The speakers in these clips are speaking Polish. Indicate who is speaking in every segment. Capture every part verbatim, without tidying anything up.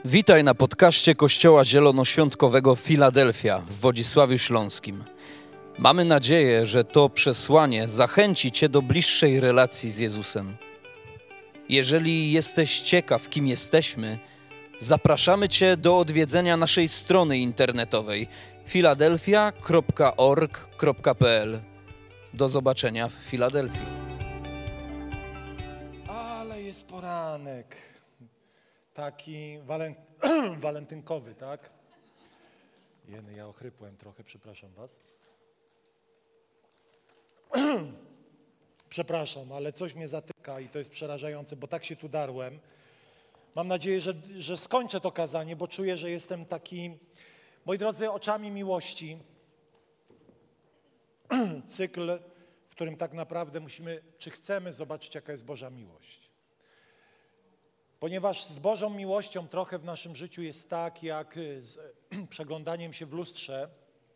Speaker 1: Witaj na podcaście Kościoła Zielonoświątkowego Filadelfia w Wodzisławiu Śląskim. Mamy nadzieję, że to przesłanie zachęci Cię do bliższej relacji z Jezusem. Jeżeli jesteś ciekaw, kim jesteśmy, zapraszamy Cię do odwiedzenia naszej strony internetowej filadelfia kropka org kropka p l. Do zobaczenia w Filadelfii.
Speaker 2: Ale jest poranek, taki walent... walentynkowy, tak? Jeny, ja ochrypłem trochę, przepraszam was. Przepraszam, ale coś mnie zatyka i to jest przerażające, bo tak się tu darłem. Mam nadzieję, że, że skończę to kazanie, bo czuję, że jestem taki, moi drodzy, oczami miłości. Cykl, w którym tak naprawdę musimy, czy chcemy zobaczyć, jaka jest Boża miłość. Ponieważ z Bożą miłością trochę w naszym życiu jest tak, jak z przeglądaniem się w lustrze,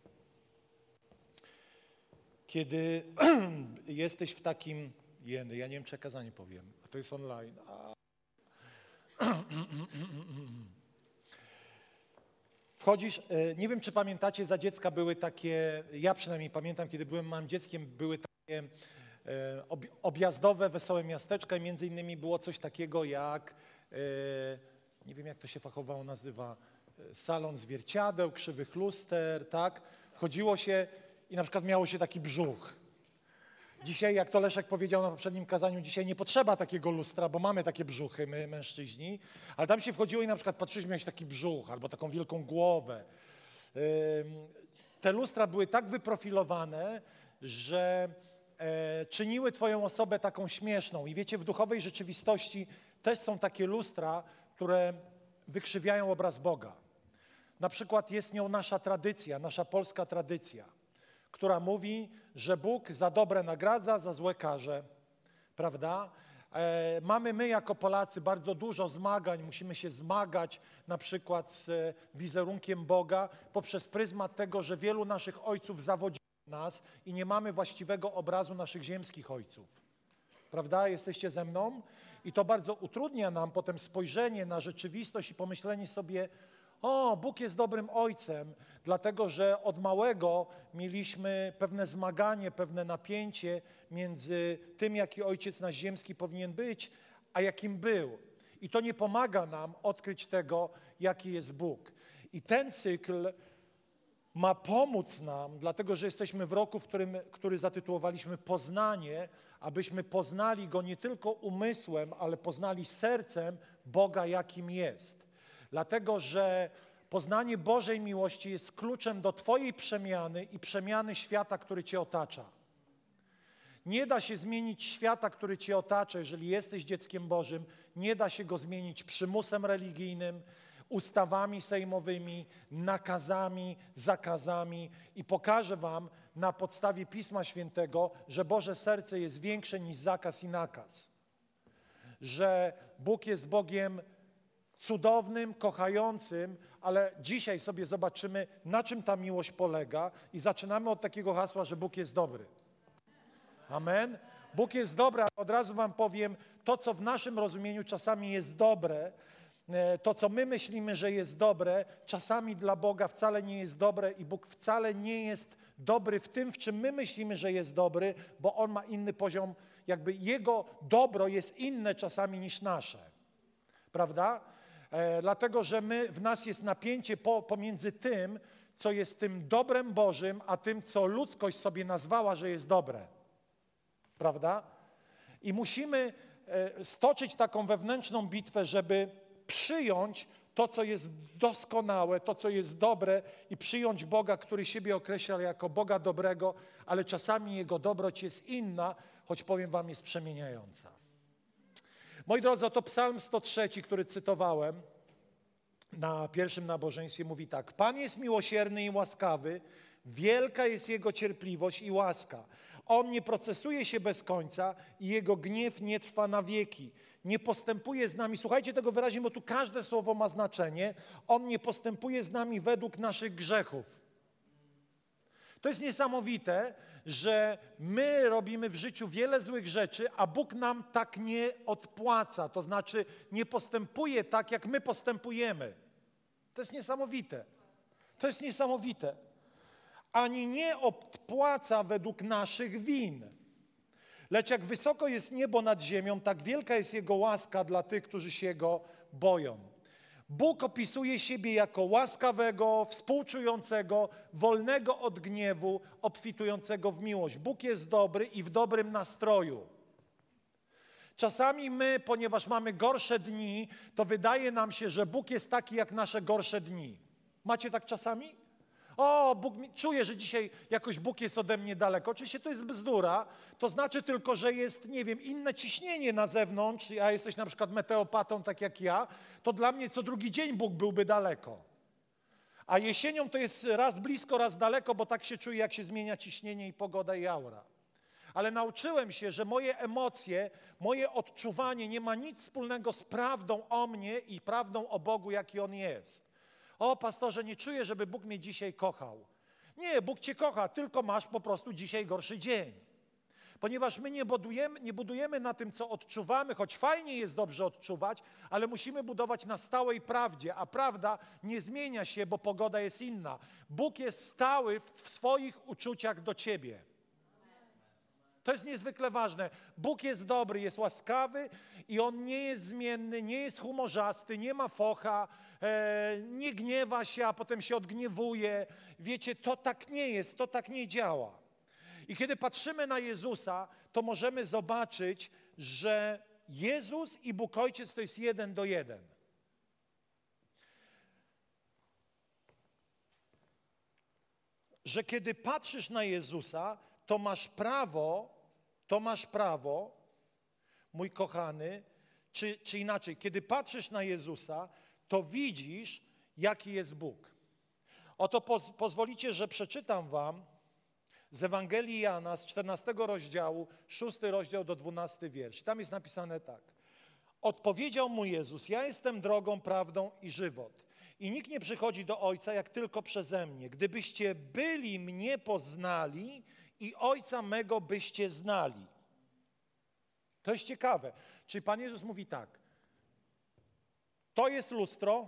Speaker 2: kiedy jesteś w takim, jeny, ja nie wiem, czy ja kazanie powiem, a to jest online. A... Wchodzisz, nie wiem, czy pamiętacie, za dziecka były takie, ja przynajmniej pamiętam, kiedy byłem małym dzieckiem, były takie objazdowe, wesołe miasteczka i między innymi było coś takiego jak, nie wiem, jak to się fachowo nazywa, salon zwierciadeł, krzywych luster, tak? Wchodziło się i na przykład miało się taki brzuch. Dzisiaj, jak to Leszek powiedział na poprzednim kazaniu, dzisiaj nie potrzeba takiego lustra, bo mamy takie brzuchy, my mężczyźni, ale tam się wchodziło i na przykład patrzyliśmy, miałeś taki brzuch albo taką wielką głowę. Te lustra były tak wyprofilowane, że czyniły twoją osobę taką śmieszną. I wiecie, w duchowej rzeczywistości też są takie lustra, które wykrzywiają obraz Boga. Na przykład jest nią nasza tradycja, nasza polska tradycja, która mówi, że Bóg za dobre nagradza, za złe karze, prawda? E, mamy my jako Polacy bardzo dużo zmagań, musimy się zmagać na przykład z wizerunkiem Boga poprzez pryzmat tego, że wielu naszych ojców zawodzi nas i nie mamy właściwego obrazu naszych ziemskich ojców. Prawda? Jesteście ze mną? I to bardzo utrudnia nam potem spojrzenie na rzeczywistość i pomyślenie sobie, o, Bóg jest dobrym ojcem, dlatego że od małego mieliśmy pewne zmaganie, pewne napięcie między tym, jaki ojciec nasz ziemski powinien być, a jakim był. I to nie pomaga nam odkryć tego, jaki jest Bóg. I ten cykl ma pomóc nam, dlatego że jesteśmy w roku, w którym, który zatytułowaliśmy Poznanie, abyśmy poznali Go nie tylko umysłem, ale poznali sercem Boga, jakim jest. Dlatego, że poznanie Bożej miłości jest kluczem do twojej przemiany i przemiany świata, który cię otacza. Nie da się zmienić świata, który cię otacza, jeżeli jesteś dzieckiem Bożym, nie da się go zmienić przymusem religijnym, ustawami sejmowymi, nakazami, zakazami i pokażę wam na podstawie Pisma Świętego, że Boże serce jest większe niż zakaz i nakaz. Że Bóg jest Bogiem cudownym, kochającym, ale dzisiaj sobie zobaczymy, na czym ta miłość polega i zaczynamy od takiego hasła, że Bóg jest dobry. Amen? Bóg jest dobry, ale od razu wam powiem, to co w naszym rozumieniu czasami jest dobre, to co my myślimy, że jest dobre, czasami dla Boga wcale nie jest dobre i Bóg wcale nie jest dobry w tym, w czym my myślimy, że jest dobry, bo On ma inny poziom, jakby Jego dobro jest inne czasami niż nasze. Prawda? E, dlatego, że my, w nas jest napięcie po, pomiędzy tym, co jest tym dobrem Bożym, a tym, co ludzkość sobie nazwała, że jest dobre. Prawda? I musimy e, stoczyć taką wewnętrzną bitwę, żeby przyjąć to, co jest doskonałe, to, co jest dobre i przyjąć Boga, który siebie określa jako Boga dobrego, ale czasami Jego dobroć jest inna, choć powiem wam, jest przemieniająca. Moi drodzy, oto Psalm sto trzy, który cytowałem na pierwszym nabożeństwie, mówi tak. Pan jest miłosierny i łaskawy, wielka jest Jego cierpliwość i łaska. On nie procesuje się bez końca i Jego gniew nie trwa na wieki. Nie postępuje z nami, słuchajcie tego wyraźnie, bo tu każde słowo ma znaczenie. On nie postępuje z nami według naszych grzechów. To jest niesamowite, że my robimy w życiu wiele złych rzeczy, a Bóg nam tak nie odpłaca. To znaczy nie postępuje tak, jak my postępujemy. To jest niesamowite. To jest niesamowite. Ani nie odpłaca według naszych win. Lecz jak wysoko jest niebo nad ziemią, tak wielka jest Jego łaska dla tych, którzy się Go boją. Bóg opisuje siebie jako łaskawego, współczującego, wolnego od gniewu, obfitującego w miłość. Bóg jest dobry i w dobrym nastroju. Czasami my, ponieważ mamy gorsze dni, to wydaje nam się, że Bóg jest taki jak nasze gorsze dni. Macie tak czasami? O, Bóg mi, czuję, że dzisiaj jakoś Bóg jest ode mnie daleko. Oczywiście to jest bzdura, to znaczy tylko, że jest, nie wiem, inne ciśnienie na zewnątrz, a jesteś na przykład meteopatą, tak jak ja, to dla mnie co drugi dzień Bóg byłby daleko. A jesienią to jest raz blisko, raz daleko, bo tak się czuję, jak się zmienia ciśnienie i pogoda i aura. Ale nauczyłem się, że moje emocje, moje odczuwanie nie ma nic wspólnego z prawdą o mnie i prawdą o Bogu, jaki On jest. O, pastorze, nie czuję, żeby Bóg mnie dzisiaj kochał. Nie, Bóg cię kocha, tylko masz po prostu dzisiaj gorszy dzień. Ponieważ my nie budujemy, nie budujemy na tym, co odczuwamy, choć fajnie jest dobrze odczuwać, ale musimy budować na stałej prawdzie, a prawda nie zmienia się, bo pogoda jest inna. Bóg jest stały w, w swoich uczuciach do ciebie. To jest niezwykle ważne. Bóg jest dobry, jest łaskawy i On nie jest zmienny, nie jest humorzasty, nie ma focha, e, nie gniewa się, a potem się odgniewuje. Wiecie, to tak nie jest, to tak nie działa. I kiedy patrzymy na Jezusa, to możemy zobaczyć, że Jezus i Bóg Ojciec to jest jeden do jeden. Że kiedy patrzysz na Jezusa, to masz prawo, to masz prawo, mój kochany, czy, czy inaczej, kiedy patrzysz na Jezusa, to widzisz, jaki jest Bóg. Oto poz, pozwolicie, że przeczytam wam z Ewangelii Jana z czternastego rozdziału, szósty rozdział do dwunasty wiersz. Tam jest napisane tak. Odpowiedział mu Jezus, ja jestem drogą, prawdą i żywot. I nikt nie przychodzi do Ojca, jak tylko przeze mnie. Gdybyście byli mnie poznali i Ojca mego byście znali. To jest ciekawe. Czyli Pan Jezus mówi tak. To jest lustro,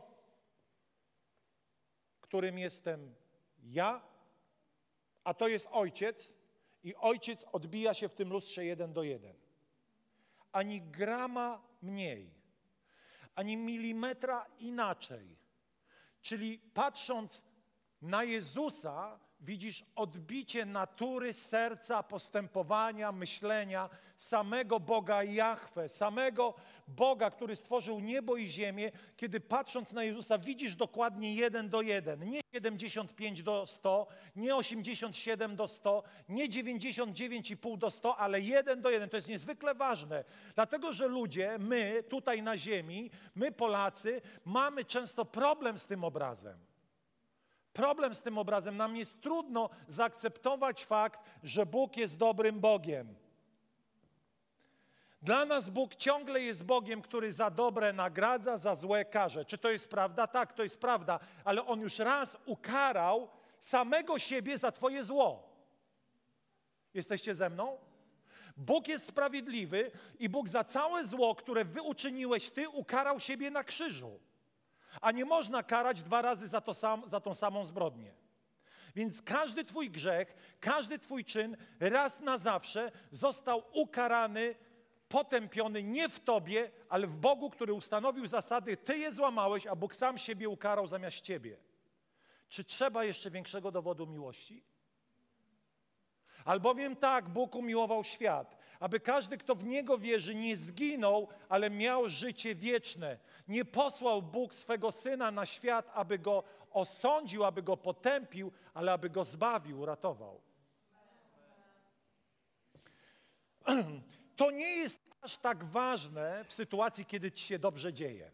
Speaker 2: którym jestem ja, a to jest Ojciec i Ojciec odbija się w tym lustrze jeden do jeden. Ani grama mniej, ani milimetra inaczej. Czyli patrząc na Jezusa, widzisz odbicie natury, serca, postępowania, myślenia samego Boga Jahwe, samego Boga, który stworzył niebo i ziemię. Kiedy patrząc na Jezusa, widzisz dokładnie jeden do jeden. Nie siedemdziesiąt pięć do stu, nie osiemdziesiąt siedem do stu, nie dziewięćdziesiąt dziewięć i pół do stu, ale jeden do jeden. To jest niezwykle ważne, dlatego że ludzie, my tutaj na ziemi, my Polacy, mamy często problem z tym obrazem. Problem z tym obrazem. Nam jest trudno zaakceptować fakt, że Bóg jest dobrym Bogiem. Dla nas Bóg ciągle jest Bogiem, który za dobre nagradza, za złe karze. Czy to jest prawda? Tak, to jest prawda, ale On już raz ukarał samego siebie za twoje zło. Jesteście ze mną? Bóg jest sprawiedliwy i Bóg za całe zło, które wy uczyniłeś ty, ukarał siebie na krzyżu. A nie można karać dwa razy za, to sam, za tą samą zbrodnię. Więc każdy twój grzech, każdy twój czyn raz na zawsze został ukarany, potępiony nie w tobie, ale w Bogu, który ustanowił zasady. Ty je złamałeś, a Bóg sam siebie ukarał zamiast ciebie. Czy trzeba jeszcze większego dowodu miłości? Albowiem tak Bóg umiłował świat, aby każdy, kto w Niego wierzy, nie zginął, ale miał życie wieczne. Nie posłał Bóg swego Syna na świat, aby Go osądził, aby Go potępił, ale aby Go zbawił, uratował. To nie jest aż tak ważne w sytuacji, kiedy ci się dobrze dzieje.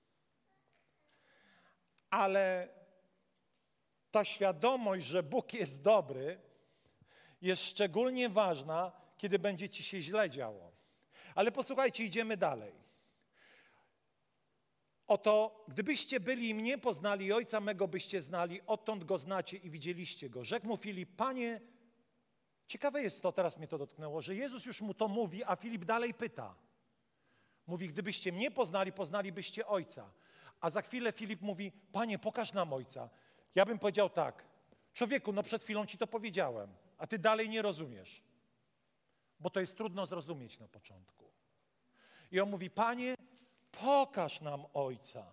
Speaker 2: Ale ta świadomość, że Bóg jest dobry, jest szczególnie ważna, kiedy będzie ci się źle działo. Ale posłuchajcie, idziemy dalej. Oto, gdybyście byli i mnie poznali, i Ojca mego byście znali, odtąd Go znacie i widzieliście Go. Rzekł mu Filip, Panie, ciekawe jest to, teraz mnie to dotknęło, że Jezus już mu to mówi, a Filip dalej pyta. Mówi, gdybyście mnie poznali, poznalibyście Ojca. A za chwilę Filip mówi, Panie, pokaż nam Ojca. Ja bym powiedział tak, człowieku, no przed chwilą ci to powiedziałem, a ty dalej nie rozumiesz. Bo to jest trudno zrozumieć na początku. I on mówi, Panie, pokaż nam Ojca.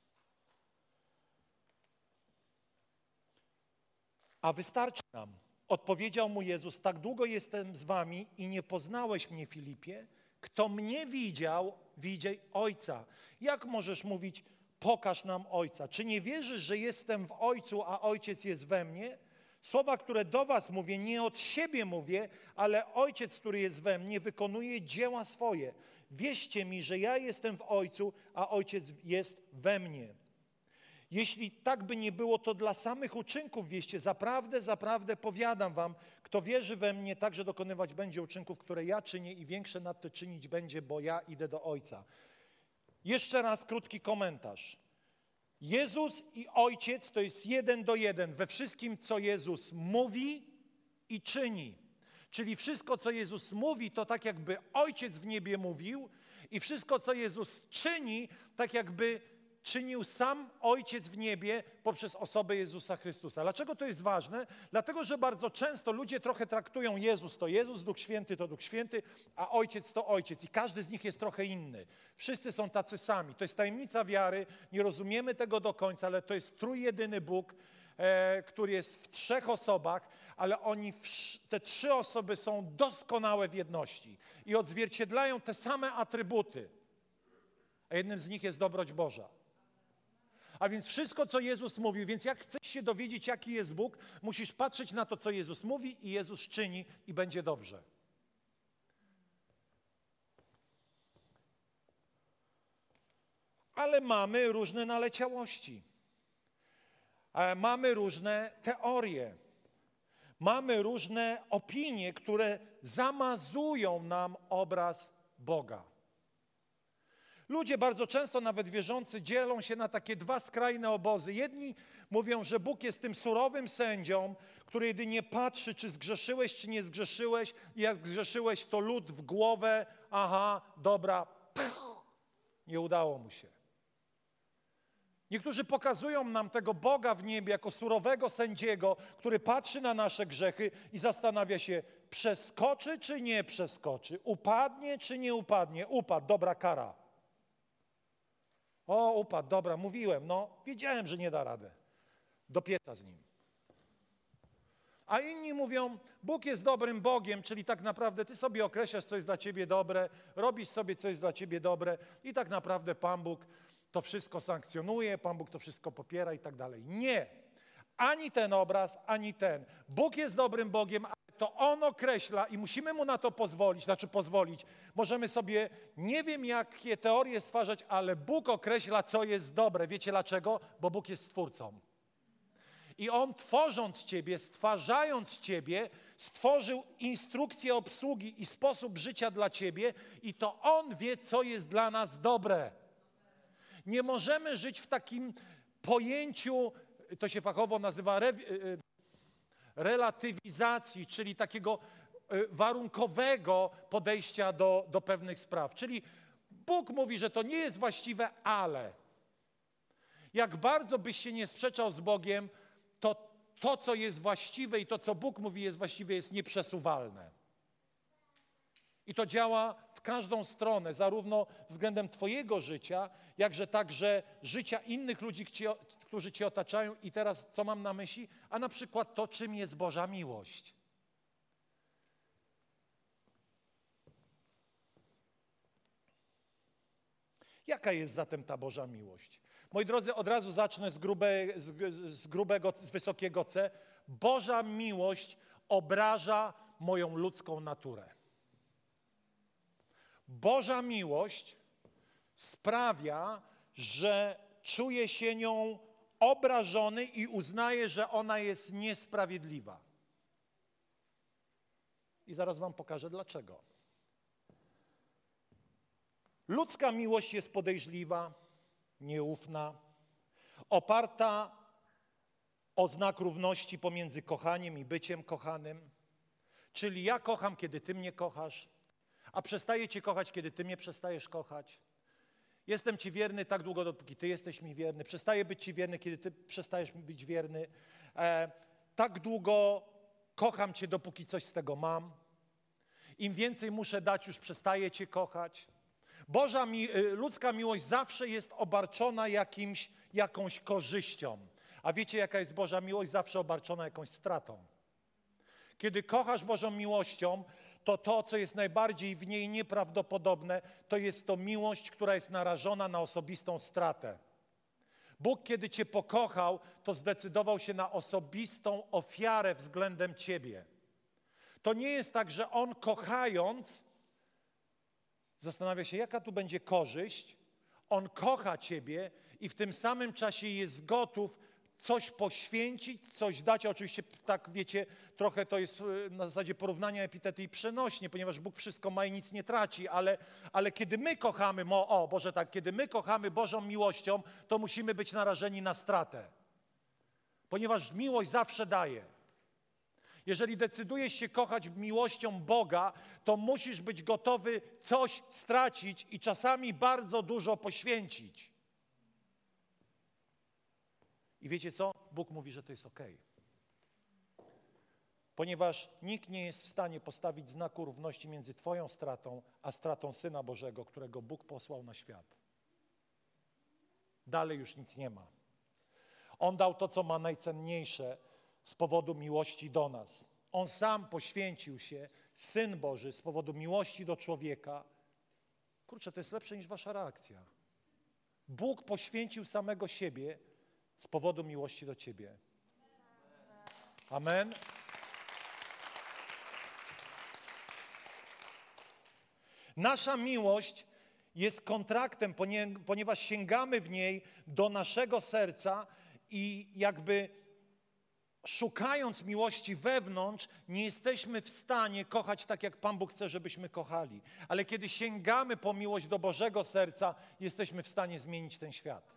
Speaker 2: A wystarczy nam. Odpowiedział mu Jezus, tak długo jestem z wami i nie poznałeś mnie, Filipie. Kto mnie widział, widzi Ojca. Jak możesz mówić, pokaż nam Ojca? Czy nie wierzysz, że jestem w Ojcu, a Ojciec jest we mnie? Słowa, które do was mówię, nie od siebie mówię, ale Ojciec, który jest we mnie, wykonuje dzieła swoje. Wierzcie mi, że ja jestem w Ojcu, a Ojciec jest we mnie. Jeśli tak by nie było, to dla samych uczynków wieście. Zaprawdę, zaprawdę powiadam wam, kto wierzy we mnie, także dokonywać będzie uczynków, które ja czynię i większe nad te czynić będzie, bo ja idę do Ojca. Jeszcze raz krótki komentarz. Jezus i Ojciec to jest jeden do jeden we wszystkim, co Jezus mówi i czyni. Czyli wszystko, co Jezus mówi, to tak jakby Ojciec w niebie mówił i wszystko, co Jezus czyni, tak jakby czynił sam Ojciec w niebie poprzez osobę Jezusa Chrystusa. Dlaczego to jest ważne? Dlatego, że bardzo często ludzie trochę traktują Jezus to Jezus, Duch Święty to Duch Święty, a Ojciec to Ojciec i każdy z nich jest trochę inny. Wszyscy są tacy sami. To jest tajemnica wiary, nie rozumiemy tego do końca, ale to jest trójjedyny Bóg, e, który jest w trzech osobach, ale oni, w, te trzy osoby są doskonałe w jedności i odzwierciedlają te same atrybuty, a jednym z nich jest dobroć Boża. A więc wszystko, co Jezus mówił, więc jak chcesz się dowiedzieć, jaki jest Bóg, musisz patrzeć na to, co Jezus mówi i Jezus czyni i będzie dobrze. Ale mamy różne naleciałości. Mamy różne teorie. Mamy różne opinie, które zamazują nam obraz Boga. Ludzie bardzo często, nawet wierzący, dzielą się na takie dwa skrajne obozy. Jedni mówią, że Bóg jest tym surowym sędzią, który jedynie patrzy, czy zgrzeszyłeś, czy nie zgrzeszyłeś. I jak zgrzeszyłeś, to lód w głowę. Aha, dobra, puch, nie udało mu się. Niektórzy pokazują nam tego Boga w niebie jako surowego sędziego, który patrzy na nasze grzechy i zastanawia się, przeskoczy czy nie przeskoczy, upadnie czy nie upadnie. Upadł, dobra kara. O, upadł, dobra, mówiłem, no, wiedziałem, że nie da rady. Do pieca z nim. A inni mówią, Bóg jest dobrym Bogiem, czyli tak naprawdę ty sobie określasz, co jest dla ciebie dobre, robisz sobie, co jest dla ciebie dobre i tak naprawdę Pan Bóg to wszystko sankcjonuje, Pan Bóg to wszystko popiera i tak dalej. Nie. Ani ten obraz, ani ten. Bóg jest dobrym Bogiem, ale to On określa i musimy Mu na to pozwolić, znaczy pozwolić. Możemy sobie, nie wiem jakie teorie stwarzać, ale Bóg określa, co jest dobre. Wiecie dlaczego? Bo Bóg jest Stwórcą. I On tworząc Ciebie, stwarzając Ciebie, stworzył instrukcję obsługi i sposób życia dla Ciebie i to On wie, co jest dla nas dobre. Nie możemy żyć w takim pojęciu, to się fachowo nazywa re, relatywizacji, czyli takiego warunkowego podejścia do, do pewnych spraw. Czyli Bóg mówi, że to nie jest właściwe, ale jak bardzo byś się nie sprzeczał z Bogiem, to to, co jest właściwe i to, co Bóg mówi jest właściwe, jest nieprzesuwalne. I to działa w każdą stronę, zarówno względem twojego życia, jakże także życia innych ludzi, którzy cię otaczają. I teraz co mam na myśli? A na przykład to, czym jest Boża miłość. Jaka jest zatem ta Boża miłość? Moi drodzy, od razu zacznę z, grube, z, z grubego, z wysokiego C. Boża miłość obraża moją ludzką naturę. Boża miłość sprawia, że czuję się nią obrażony i uznaję, że ona jest niesprawiedliwa. I zaraz wam pokażę dlaczego. Ludzka miłość jest podejrzliwa, nieufna, oparta o znak równości pomiędzy kochaniem i byciem kochanym. Czyli ja kocham, kiedy ty mnie kochasz, a przestaję cię kochać, kiedy ty mnie przestajesz kochać. Jestem ci wierny tak długo, dopóki ty jesteś mi wierny. Przestaję być ci wierny, kiedy ty przestajesz mi być wierny. E, tak długo kocham cię, dopóki coś z tego mam. Im więcej muszę dać, już przestaję cię kochać. Boża, mi, ludzka miłość zawsze jest obarczona jakimś, jakąś korzyścią. A wiecie, jaka jest Boża miłość? Zawsze obarczona jakąś stratą. Kiedy kochasz Bożą miłością, to to, co jest najbardziej w niej nieprawdopodobne, to jest to miłość, która jest narażona na osobistą stratę. Bóg, kiedy cię pokochał, to zdecydował się na osobistą ofiarę względem ciebie. To nie jest tak, że On kochając zastanawia się, jaka tu będzie korzyść. On kocha ciebie i w tym samym czasie jest gotów coś poświęcić, coś dać. Oczywiście tak wiecie, trochę to jest na zasadzie porównania epitety i przenośnie, ponieważ Bóg wszystko ma i nic nie traci, ale, ale kiedy my kochamy, mo, o Boże tak, kiedy my kochamy Bożą miłością, to musimy być narażeni na stratę. Ponieważ miłość zawsze daje. Jeżeli decydujesz się kochać miłością Boga, to musisz być gotowy coś stracić i czasami bardzo dużo poświęcić. I wiecie co? Bóg mówi, że to jest okej. Ponieważ nikt nie jest w stanie postawić znaku równości między twoją stratą, a stratą Syna Bożego, którego Bóg posłał na świat. Dalej już nic nie ma. On dał to, co ma najcenniejsze z powodu miłości do nas. On sam poświęcił się, Syn Boży, z powodu miłości do człowieka. Kurczę, to jest lepsze niż wasza reakcja. Bóg poświęcił samego siebie z powodu miłości do ciebie. Amen. Nasza miłość jest kontraktem, ponieważ sięgamy w niej do naszego serca i jakby szukając miłości wewnątrz, nie jesteśmy w stanie kochać tak, jak Pan Bóg chce, żebyśmy kochali. Ale kiedy sięgamy po miłość do Bożego serca, jesteśmy w stanie zmienić ten świat.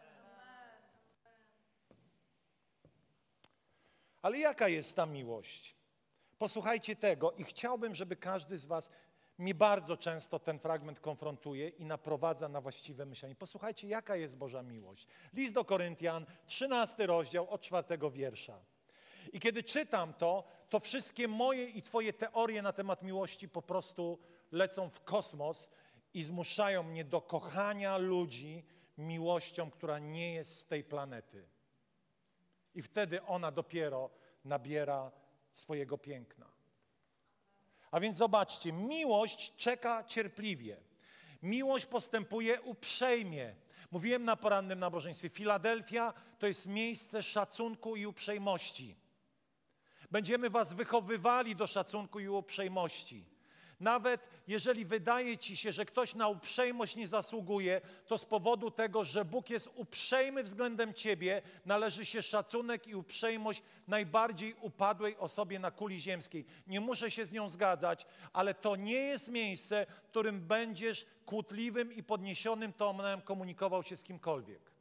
Speaker 2: Ale jaka jest ta miłość? Posłuchajcie tego i chciałbym, żeby każdy z was, mnie bardzo często ten fragment konfrontuje i naprowadza na właściwe myślenie. Posłuchajcie, jaka jest Boża miłość. List do Koryntian, trzynasty rozdział, od czwartego wiersza. I kiedy czytam to, to wszystkie moje i twoje teorie na temat miłości po prostu lecą w kosmos i zmuszają mnie do kochania ludzi miłością, która nie jest z tej planety. I wtedy ona dopiero nabiera swojego piękna. A więc zobaczcie, miłość czeka cierpliwie. Miłość postępuje uprzejmie. Mówiłem na porannym nabożeństwie, Filadelfia to jest miejsce szacunku i uprzejmości. Będziemy was wychowywali do szacunku i uprzejmości. Nawet jeżeli wydaje ci się, że ktoś na uprzejmość nie zasługuje, to z powodu tego, że Bóg jest uprzejmy względem ciebie, należy się szacunek i uprzejmość najbardziej upadłej osobie na kuli ziemskiej. Nie muszę się z nią zgadzać, ale to nie jest miejsce, w którym będziesz kłótliwym i podniesionym tonem komunikował się z kimkolwiek.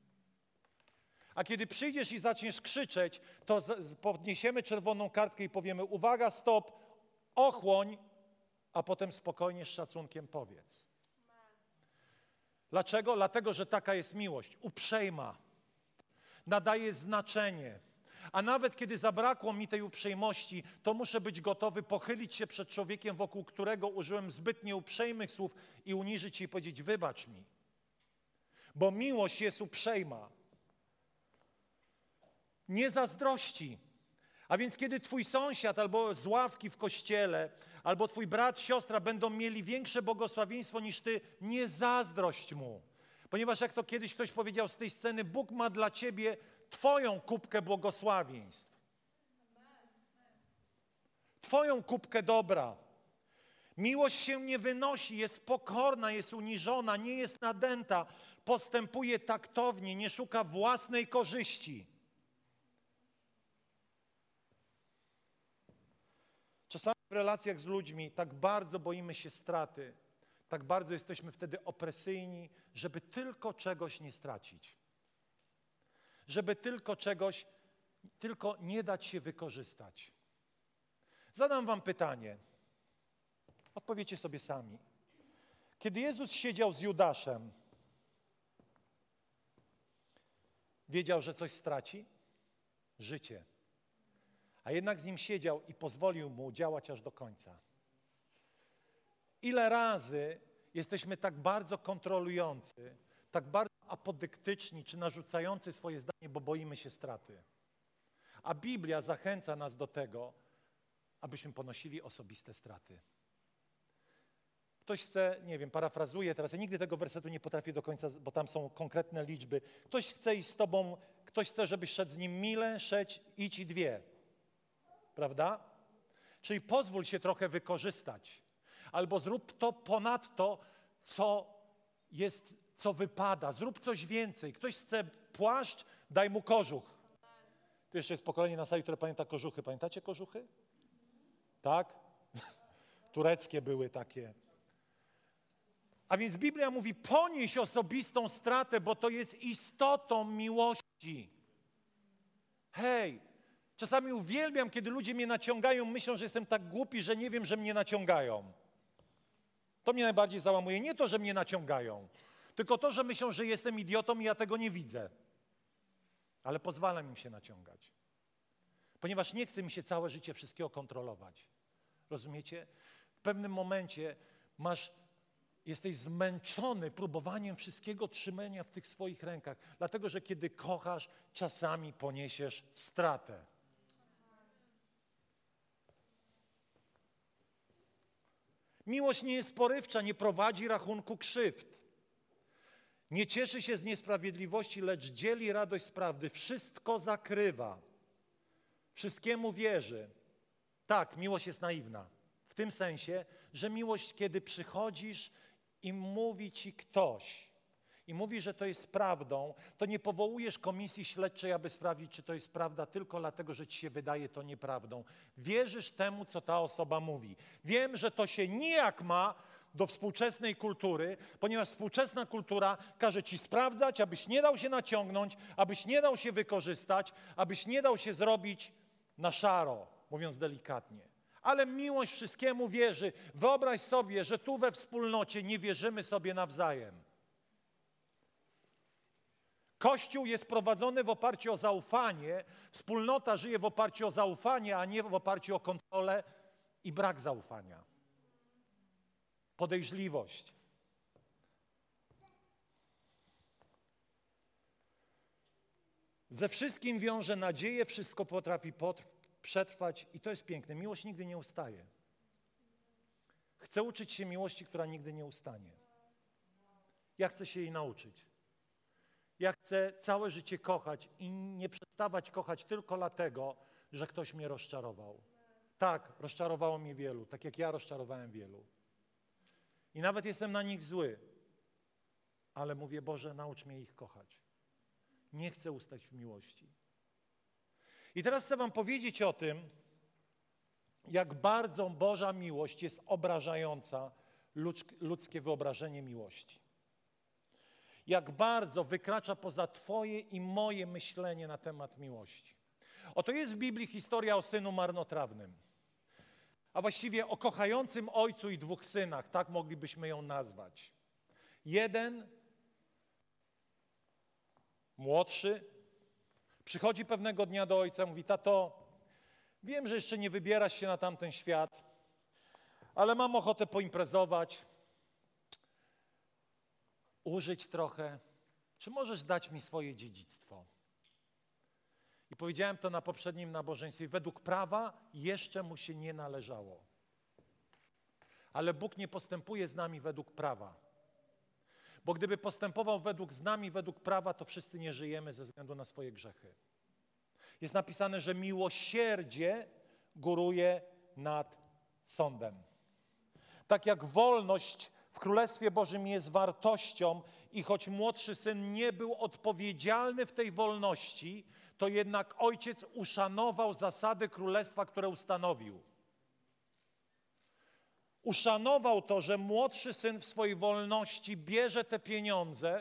Speaker 2: A kiedy przyjdziesz i zaczniesz krzyczeć, to podniesiemy czerwoną kartkę i powiemy: uwaga, stop, ochłoń, a potem spokojnie z szacunkiem powiedz. Dlaczego? Dlatego, że taka jest miłość, uprzejma, nadaje znaczenie. A nawet kiedy zabrakło mi tej uprzejmości, to muszę być gotowy pochylić się przed człowiekiem, wokół którego użyłem zbyt nieuprzejmych słów i uniżyć się i powiedzieć: wybacz mi. Bo miłość jest uprzejma. Nie zazdrości. A więc kiedy twój sąsiad albo z ławki w kościele, albo twój brat, siostra będą mieli większe błogosławieństwo niż ty, nie zazdrość mu. Ponieważ jak to kiedyś ktoś powiedział z tej sceny, Bóg ma dla ciebie twoją kubkę błogosławieństw. Twoją kubkę dobra. Miłość się nie wynosi, jest pokorna, jest uniżona, nie jest nadęta, postępuje taktownie, nie szuka własnej korzyści. Czasami w relacjach z ludźmi tak bardzo boimy się straty, tak bardzo jesteśmy wtedy opresyjni, żeby tylko czegoś nie stracić. Żeby tylko czegoś, tylko nie dać się wykorzystać. Zadam wam pytanie. Odpowiecie sobie sami. Kiedy Jezus siedział z Judaszem, wiedział, że coś straci? Życie. A jednak z nim siedział i pozwolił mu działać aż do końca. Ile razy jesteśmy tak bardzo kontrolujący, tak bardzo apodyktyczni czy narzucający swoje zdanie, bo boimy się straty. A Biblia zachęca nas do tego, abyśmy ponosili osobiste straty. Ktoś chce, nie wiem, parafrazuję teraz, ja nigdy tego wersetu nie potrafię do końca, bo tam są konkretne liczby. Ktoś chce iść z tobą, ktoś chce, żebyś szedł z nim milę, szedź, idź i dwie. Prawda? Czyli pozwól się trochę wykorzystać. Albo zrób to ponad to, co jest, co wypada. Zrób coś więcej. Ktoś chce płaszcz, daj mu kożuch. Tu jeszcze jest pokolenie na sali, które pamięta kożuchy. Pamiętacie kożuchy? Tak? Tureckie były takie. A więc Biblia mówi, ponieś osobistą stratę, bo to jest istotą miłości. Hej, czasami uwielbiam, kiedy ludzie mnie naciągają, myślą, że jestem tak głupi, że nie wiem, że mnie naciągają. To mnie najbardziej załamuje. Nie to, że mnie naciągają, tylko to, że myślą, że jestem idiotą i ja tego nie widzę. Ale pozwalam im się naciągać. Ponieważ nie chce mi się całe życie wszystkiego kontrolować. Rozumiecie? W pewnym momencie masz, jesteś zmęczony próbowaniem wszystkiego trzymania w tych swoich rękach. Dlatego, że kiedy kochasz, czasami poniesiesz stratę. Miłość nie jest porywcza, nie prowadzi rachunku krzywd. Nie cieszy się z niesprawiedliwości, lecz dzieli radość z prawdy. Wszystko zakrywa. Wszystkiemu wierzy. Tak, miłość jest naiwna. W tym sensie, że miłość, kiedy przychodzisz i mówi ci ktoś i mówi, że to jest prawdą, to nie powołujesz komisji śledczej, aby sprawdzić, czy to jest prawda, tylko dlatego, że ci się wydaje to nieprawdą. Wierzysz temu, co ta osoba mówi. Wiem, że to się nijak ma do współczesnej kultury, ponieważ współczesna kultura każe ci sprawdzać, abyś nie dał się naciągnąć, abyś nie dał się wykorzystać, abyś nie dał się zrobić na szaro, mówiąc delikatnie. Ale miłość wszystkiemu wierzy. Wyobraź sobie, że tu we wspólnocie nie wierzymy sobie nawzajem. Kościół jest prowadzony w oparciu o zaufanie, wspólnota żyje w oparciu o zaufanie, a nie w oparciu o kontrolę i brak zaufania. Podejrzliwość. Ze wszystkim wiąże nadzieję, wszystko potrafi przetrwać i to jest piękne. Miłość nigdy nie ustaje. Chcę uczyć się miłości, która nigdy nie ustanie. Ja chcę się jej nauczyć. Ja chcę całe życie kochać i nie przestawać kochać tylko dlatego, że ktoś mnie rozczarował. Tak, rozczarowało mnie wielu, tak jak ja rozczarowałem wielu. I nawet jestem na nich zły, ale mówię, Boże, naucz mnie ich kochać. Nie chcę ustać w miłości. I teraz chcę wam powiedzieć o tym, jak bardzo Boża miłość jest obrażająca ludzkie wyobrażenie miłości. Jak bardzo wykracza poza twoje i moje myślenie na temat miłości. Oto jest w Biblii historia o synu marnotrawnym. A właściwie o kochającym ojcu i dwóch synach, tak moglibyśmy ją nazwać. Jeden, młodszy, przychodzi pewnego dnia do ojca i mówi, tato, wiem, że jeszcze nie wybierasz się na tamten świat, ale mam ochotę poimprezować, użyć trochę. Czy możesz dać mi swoje dziedzictwo? I powiedziałem to na poprzednim nabożeństwie. Według prawa jeszcze mu się nie należało. Ale Bóg nie postępuje z nami według prawa. Bo gdyby postępował według z nami, według prawa, to wszyscy nie żyjemy ze względu na swoje grzechy. Jest napisane, że miłosierdzie góruje nad sądem. Tak jak wolność w Królestwie Bożym jest wartością i choć młodszy syn nie był odpowiedzialny w tej wolności, to jednak ojciec uszanował zasady Królestwa, które ustanowił. uszanował to, że młodszy syn w swojej wolności bierze te pieniądze,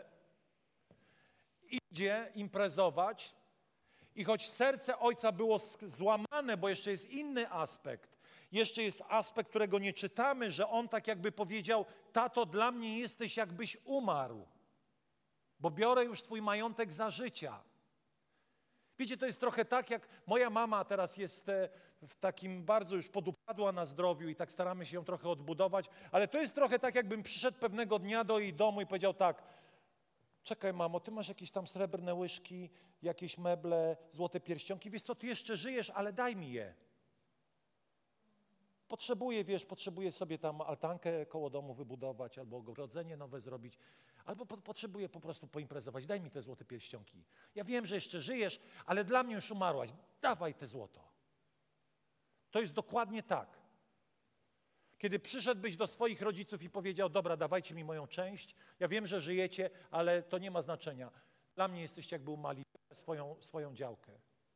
Speaker 2: idzie imprezować i choć serce ojca było złamane, bo jeszcze jest inny aspekt, jeszcze jest aspekt, którego nie czytamy, że on tak jakby powiedział: tato, dla mnie jesteś jakbyś umarł, bo biorę już twój majątek za życia. Wiecie, to jest trochę tak, jak moja mama teraz jest w takim bardzo już podupadła na zdrowiu i tak staramy się ją trochę odbudować, ale to jest trochę tak, jakbym przyszedł pewnego dnia do jej domu i powiedział tak: czekaj mamo, ty masz jakieś tam srebrne łyżki, jakieś meble, złote pierścionki, wiesz co, ty jeszcze żyjesz, ale daj mi je. Potrzebuję, wiesz, potrzebuję sobie tam altankę koło domu wybudować, albo ogrodzenie nowe zrobić, albo po, potrzebuję po prostu poimprezować. Daj mi te złote pierścionki. Ja wiem, że jeszcze żyjesz, ale dla mnie już umarłaś. Dawaj te złoto. To jest dokładnie tak. Kiedy przyszedłbyś do swoich rodziców i powiedział: dobra, dawajcie mi moją część, ja wiem, że żyjecie, ale to nie ma znaczenia. Dla mnie jesteście jakby umali swoją, swoją działkę.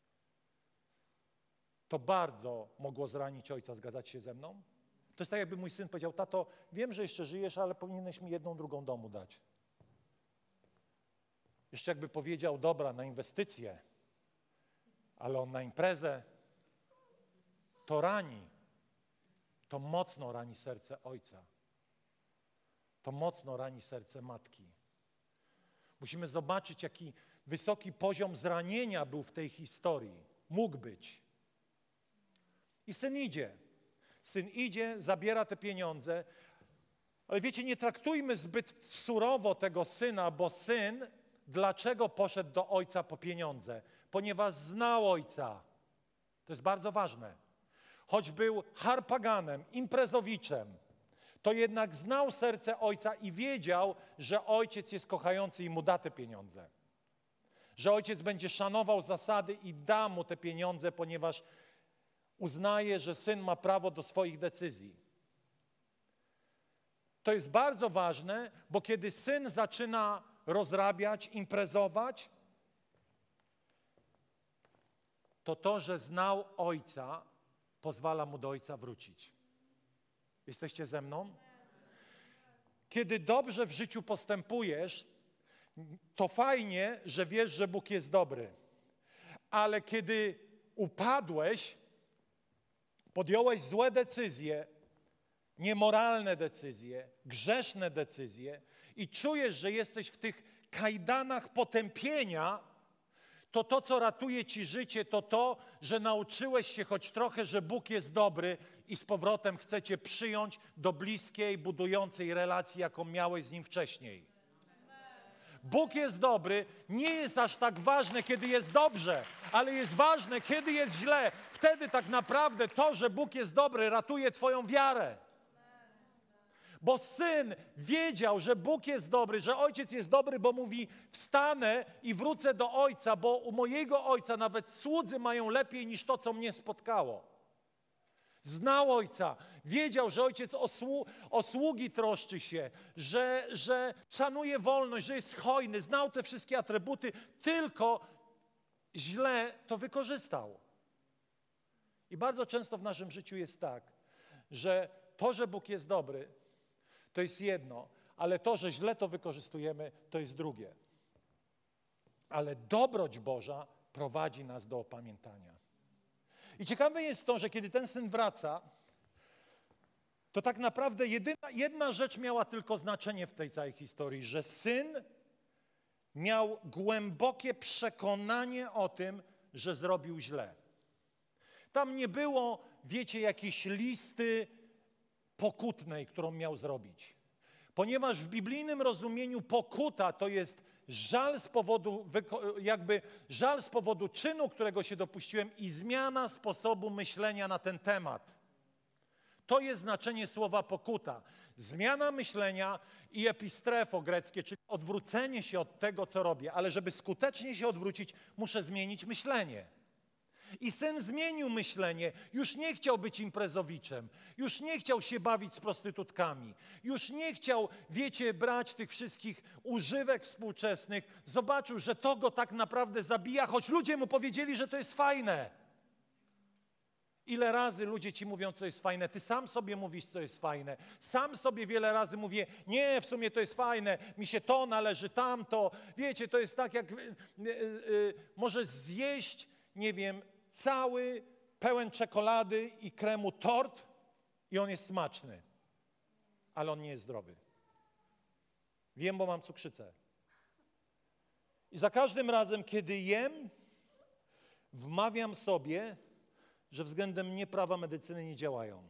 Speaker 2: To bardzo mogło zranić ojca, zgadzać się ze mną? To jest tak, jakby mój syn powiedział: tato, wiem, że jeszcze żyjesz, ale powinieneś mi jedną, drugą domu dać. Jeszcze jakby powiedział: dobra, na inwestycje, ale on na imprezę, to rani. To mocno rani serce ojca. To mocno rani serce matki. Musimy zobaczyć, jaki wysoki poziom zranienia był w tej historii. Mógł być. I syn idzie. Syn idzie, zabiera te pieniądze. Ale wiecie, nie traktujmy zbyt surowo tego syna, bo syn dlaczego poszedł do ojca po pieniądze? Ponieważ znał ojca. To jest bardzo ważne. Choć był harpaganem, imprezowiczem, to jednak znał serce ojca i wiedział, że ojciec jest kochający i mu da te pieniądze. Że ojciec będzie szanował zasady i da mu te pieniądze, ponieważ uznaje, że syn ma prawo do swoich decyzji. To jest bardzo ważne, bo kiedy syn zaczyna rozrabiać, imprezować, to to, że znał ojca, pozwala mu do ojca wrócić. Jesteście ze mną? Kiedy dobrze w życiu postępujesz, to fajnie, że wiesz, że Bóg jest dobry. Ale kiedy upadłeś, podjąłeś złe decyzje, niemoralne decyzje, grzeszne decyzje i czujesz, że jesteś w tych kajdanach potępienia, to to, co ratuje ci życie, to to, że nauczyłeś się choć trochę, że Bóg jest dobry i z powrotem chcecie przyjąć do bliskiej, budującej relacji, jaką miałeś z Nim wcześniej. Bóg jest dobry, nie jest aż tak ważne, kiedy jest dobrze, ale jest ważne, kiedy jest źle. Wtedy tak naprawdę to, że Bóg jest dobry, ratuje twoją wiarę. Bo syn wiedział, że Bóg jest dobry, że ojciec jest dobry, bo mówi: wstanę i wrócę do ojca, bo u mojego ojca nawet słudzy mają lepiej niż to, co mnie spotkało. Znał ojca, wiedział, że ojciec o, słu- o sługi troszczy się, że, że szanuje wolność, że jest hojny, znał te wszystkie atrybuty, tylko źle to wykorzystał. I bardzo często w naszym życiu jest tak, że to, że Bóg jest dobry, to jest jedno, ale to, że źle to wykorzystujemy, to jest drugie. Ale dobroć Boża prowadzi nas do opamiętania. I ciekawe jest to, że kiedy ten syn wraca, to tak naprawdę jedyna, jedna rzecz miała tylko znaczenie w tej całej historii, że syn miał głębokie przekonanie o tym, że zrobił źle. Tam nie było, wiecie, jakiejś listy pokutnej, którą miał zrobić. Ponieważ w biblijnym rozumieniu pokuta to jest żal z powodu, jakby żal z powodu czynu, którego się dopuściłem i zmiana sposobu myślenia na ten temat. To jest znaczenie słowa pokuta. Zmiana myślenia i epistrefo greckie, czyli odwrócenie się od tego, co robię. Ale żeby skutecznie się odwrócić, muszę zmienić myślenie. I syn zmienił myślenie, już nie chciał być imprezowiczem, już nie chciał się bawić z prostytutkami, już nie chciał, wiecie, brać tych wszystkich używek współczesnych. Zobaczył, że to go tak naprawdę zabija, choć ludzie mu powiedzieli, że to jest fajne. Ile razy ludzie ci mówią, co jest fajne, ty sam sobie mówisz, co jest fajne. Sam sobie wiele razy mówię, nie, w sumie to jest fajne, mi się to należy, tamto. Wiecie, to jest tak, jak y, y, y, możesz zjeść, nie wiem, cały pełen czekolady i kremu tort i on jest smaczny, ale on nie jest zdrowy. Wiem, bo mam cukrzycę. I za każdym razem, kiedy jem, wmawiam sobie, że względem mnie prawa medycyny nie działają.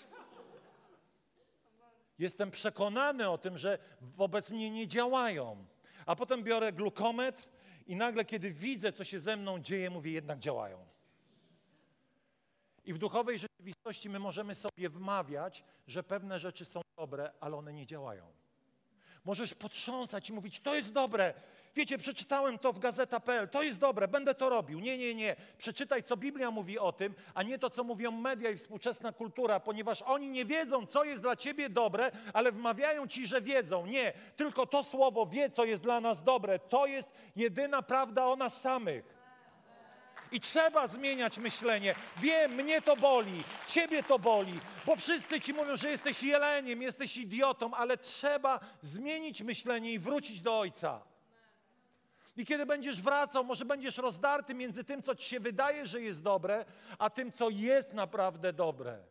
Speaker 2: Jestem przekonany o tym, że wobec mnie nie działają. A potem biorę glukometr i nagle, kiedy widzę, co się ze mną dzieje, mówię, jednak działają. I w duchowej rzeczywistości my możemy sobie wmawiać, że pewne rzeczy są dobre, ale one nie działają. Możesz potrząsać i mówić, to jest dobre. Wiecie, przeczytałem to w gazeta kropka pe el, to jest dobre, będę to robił. Nie, nie, nie. Przeczytaj, co Biblia mówi o tym, a nie to, co mówią media i współczesna kultura, ponieważ oni nie wiedzą, co jest dla ciebie dobre, ale wmawiają ci, że wiedzą. Nie, tylko to słowo wie, co jest dla nas dobre. To jest jedyna prawda o nas samych. I trzeba zmieniać myślenie. Wiem, mnie to boli, ciebie to boli, bo wszyscy ci mówią, że jesteś jeleniem, jesteś idiotą, ale trzeba zmienić myślenie i wrócić do Ojca. I kiedy będziesz wracał, może będziesz rozdarty między tym, co ci się wydaje, że jest dobre, a tym, co jest naprawdę dobre.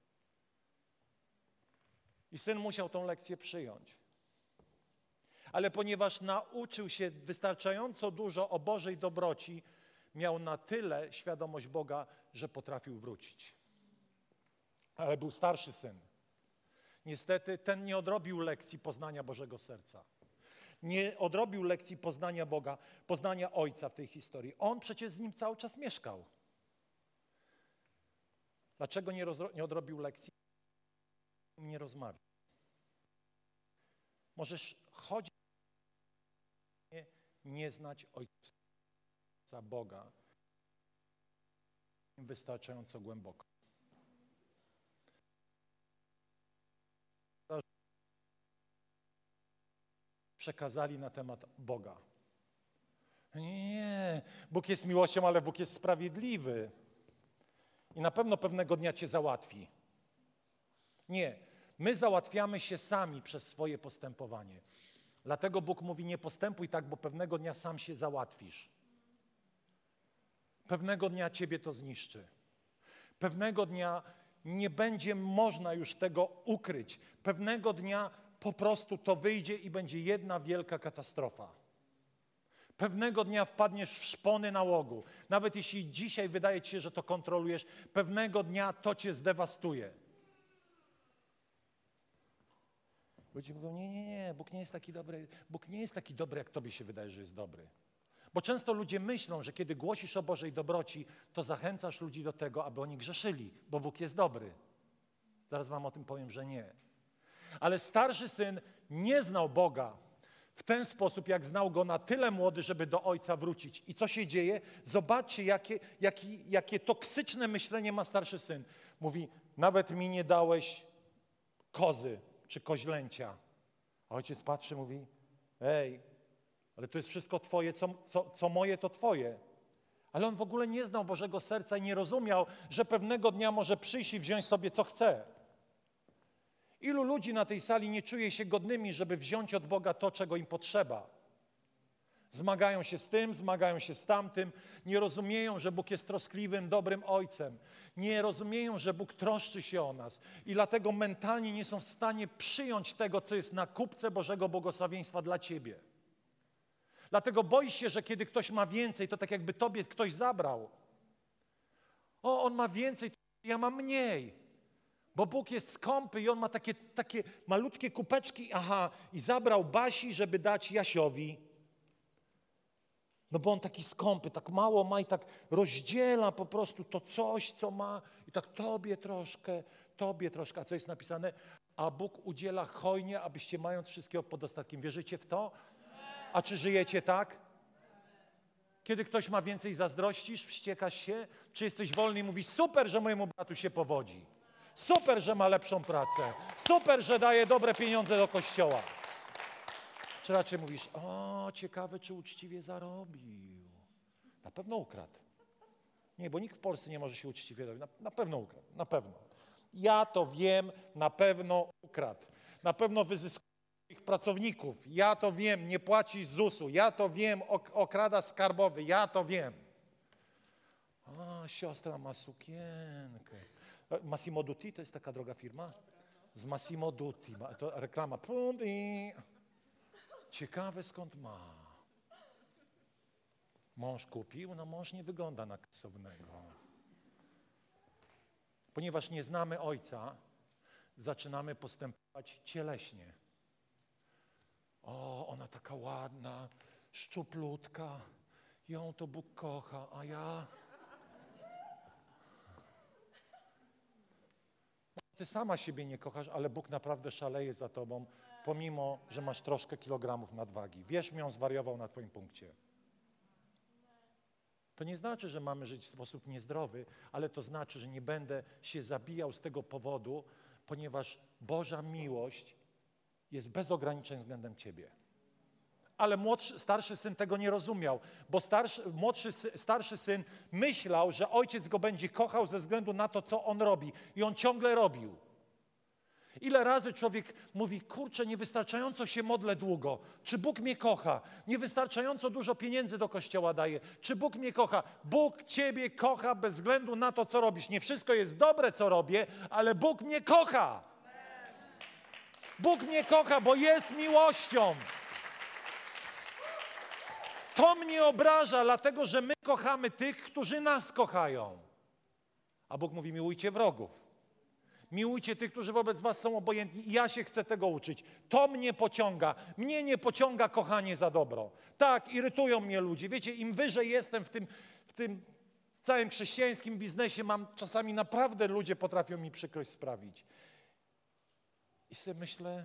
Speaker 2: I syn musiał tą lekcję przyjąć. Ale ponieważ nauczył się wystarczająco dużo o Bożej dobroci, miał na tyle świadomość Boga, że potrafił wrócić. Ale był starszy syn. Niestety ten nie odrobił lekcji poznania Bożego serca. Nie odrobił lekcji poznania Boga, poznania Ojca w tej historii. On przecież z nim cały czas mieszkał. Dlaczego nie, rozro- nie odrobił lekcji? Nie rozmawiał. Możesz chodzić, nie, nie znać Ojca Boga wystarczająco głęboko. Przekazali na temat Boga. Nie, Bóg jest miłością, ale Bóg jest sprawiedliwy. I na pewno pewnego dnia cię załatwi. Nie, my załatwiamy się sami przez swoje postępowanie. Dlatego Bóg mówi, nie postępuj tak, bo pewnego dnia sam się załatwisz. Pewnego dnia ciebie to zniszczy. Pewnego dnia nie będzie można już tego ukryć. Pewnego dnia po prostu to wyjdzie i będzie jedna wielka katastrofa. Pewnego dnia wpadniesz w szpony nałogu. Nawet jeśli dzisiaj wydaje ci się, że to kontrolujesz, pewnego dnia to cię zdewastuje. Ludzie mówią, nie, nie, nie, Bóg nie jest taki dobry. Bóg nie jest taki dobry, jak tobie się wydaje, że jest dobry. Bo często ludzie myślą, że kiedy głosisz o Bożej dobroci, to zachęcasz ludzi do tego, aby oni grzeszyli, bo Bóg jest dobry. Zaraz wam o tym powiem, że nie. Ale starszy syn nie znał Boga w ten sposób, jak znał Go na tyle młody, żeby do Ojca wrócić. I co się dzieje? Zobaczcie, jakie, jakie, jakie toksyczne myślenie ma starszy syn. Mówi, nawet mi nie dałeś kozy czy koźlęcia. A ojciec patrzy, mówi, ej, ale to jest wszystko Twoje, co, co, co moje, to Twoje. Ale on w ogóle nie znał Bożego serca i nie rozumiał, że pewnego dnia może przyjść i wziąć sobie, co chce. Ilu ludzi na tej sali nie czuje się godnymi, żeby wziąć od Boga to, czego im potrzeba? Zmagają się z tym, zmagają się z tamtym, nie rozumieją, że Bóg jest troskliwym, dobrym Ojcem. Nie rozumieją, że Bóg troszczy się o nas i dlatego mentalnie nie są w stanie przyjąć tego, co jest na kupce Bożego błogosławieństwa dla ciebie. Dlatego boisz się, że kiedy ktoś ma więcej, to tak jakby tobie ktoś zabrał. O, on ma więcej, ja mam mniej. Bo Bóg jest skąpy i On ma takie, takie malutkie kupeczki, aha, i zabrał Basi, żeby dać Jasiowi. No bo on taki skąpy, tak mało ma i tak rozdziela po prostu to coś, co ma i tak tobie troszkę, tobie troszkę. A co jest napisane? A Bóg udziela hojnie, abyście mając wszystkiego pod dostatkiem. Wierzycie w to? A czy żyjecie tak? Kiedy ktoś ma więcej, zazdrościsz, wściekasz się? Czy jesteś wolny i mówisz, super, że mojemu bratu się powodzi. Super, że ma lepszą pracę. Super, że daje dobre pieniądze do kościoła. Czy raczej mówisz, o, ciekawe, czy uczciwie zarobił. Na pewno ukradł. Nie, bo nikt w Polsce nie może się uczciwie robić. Na, na pewno ukradł, na pewno. Ja to wiem, na pewno ukradł. Na pewno wyzyskuje swoich pracowników. Ja to wiem, nie płaci z zusu. Ja to wiem, ok- okrada skarbowy. Ja to wiem. A, siostra ma sukienkę. Massimo Dutti to jest taka droga firma? Z Massimo Dutti. To reklama. Pum, i... Ciekawe skąd ma. Mąż kupił? No mąż nie wygląda na kasownego. Ponieważ nie znamy Ojca, zaczynamy postępować cieleśnie. O, ona taka ładna, szczuplutka, ją to Bóg kocha, a ja... Ty sama siebie nie kochasz, ale Bóg naprawdę szaleje za tobą, pomimo, że masz troszkę kilogramów nadwagi. Wierz mi, on zwariował na twoim punkcie. To nie znaczy, że mamy żyć w sposób niezdrowy, ale to znaczy, że nie będę się zabijał z tego powodu, ponieważ Boża miłość jest bez ograniczeń względem ciebie. Ale młodszy, starszy syn tego nie rozumiał, bo starszy, młodszy, starszy syn myślał, że ojciec go będzie kochał ze względu na to, co on robi. I on ciągle robił. Ile razy człowiek mówi, kurczę, niewystarczająco się modlę długo. Czy Bóg mnie kocha? Niewystarczająco dużo pieniędzy do kościoła daje. Czy Bóg mnie kocha? Bóg ciebie kocha bez względu na to, co robisz. Nie wszystko jest dobre, co robię, ale Bóg mnie kocha. Bóg mnie kocha, bo jest miłością. To mnie obraża, dlatego że my kochamy tych, którzy nas kochają. A Bóg mówi, miłujcie wrogów. Miłujcie tych, którzy wobec was są obojętni. I ja się chcę tego uczyć. To mnie pociąga. Mnie nie pociąga kochanie za dobro. Tak, irytują mnie ludzie. Wiecie, im wyżej jestem w tym, w tym całym chrześcijańskim biznesie, mam czasami naprawdę ludzie potrafią mi przykrość sprawić. I sobie myślę,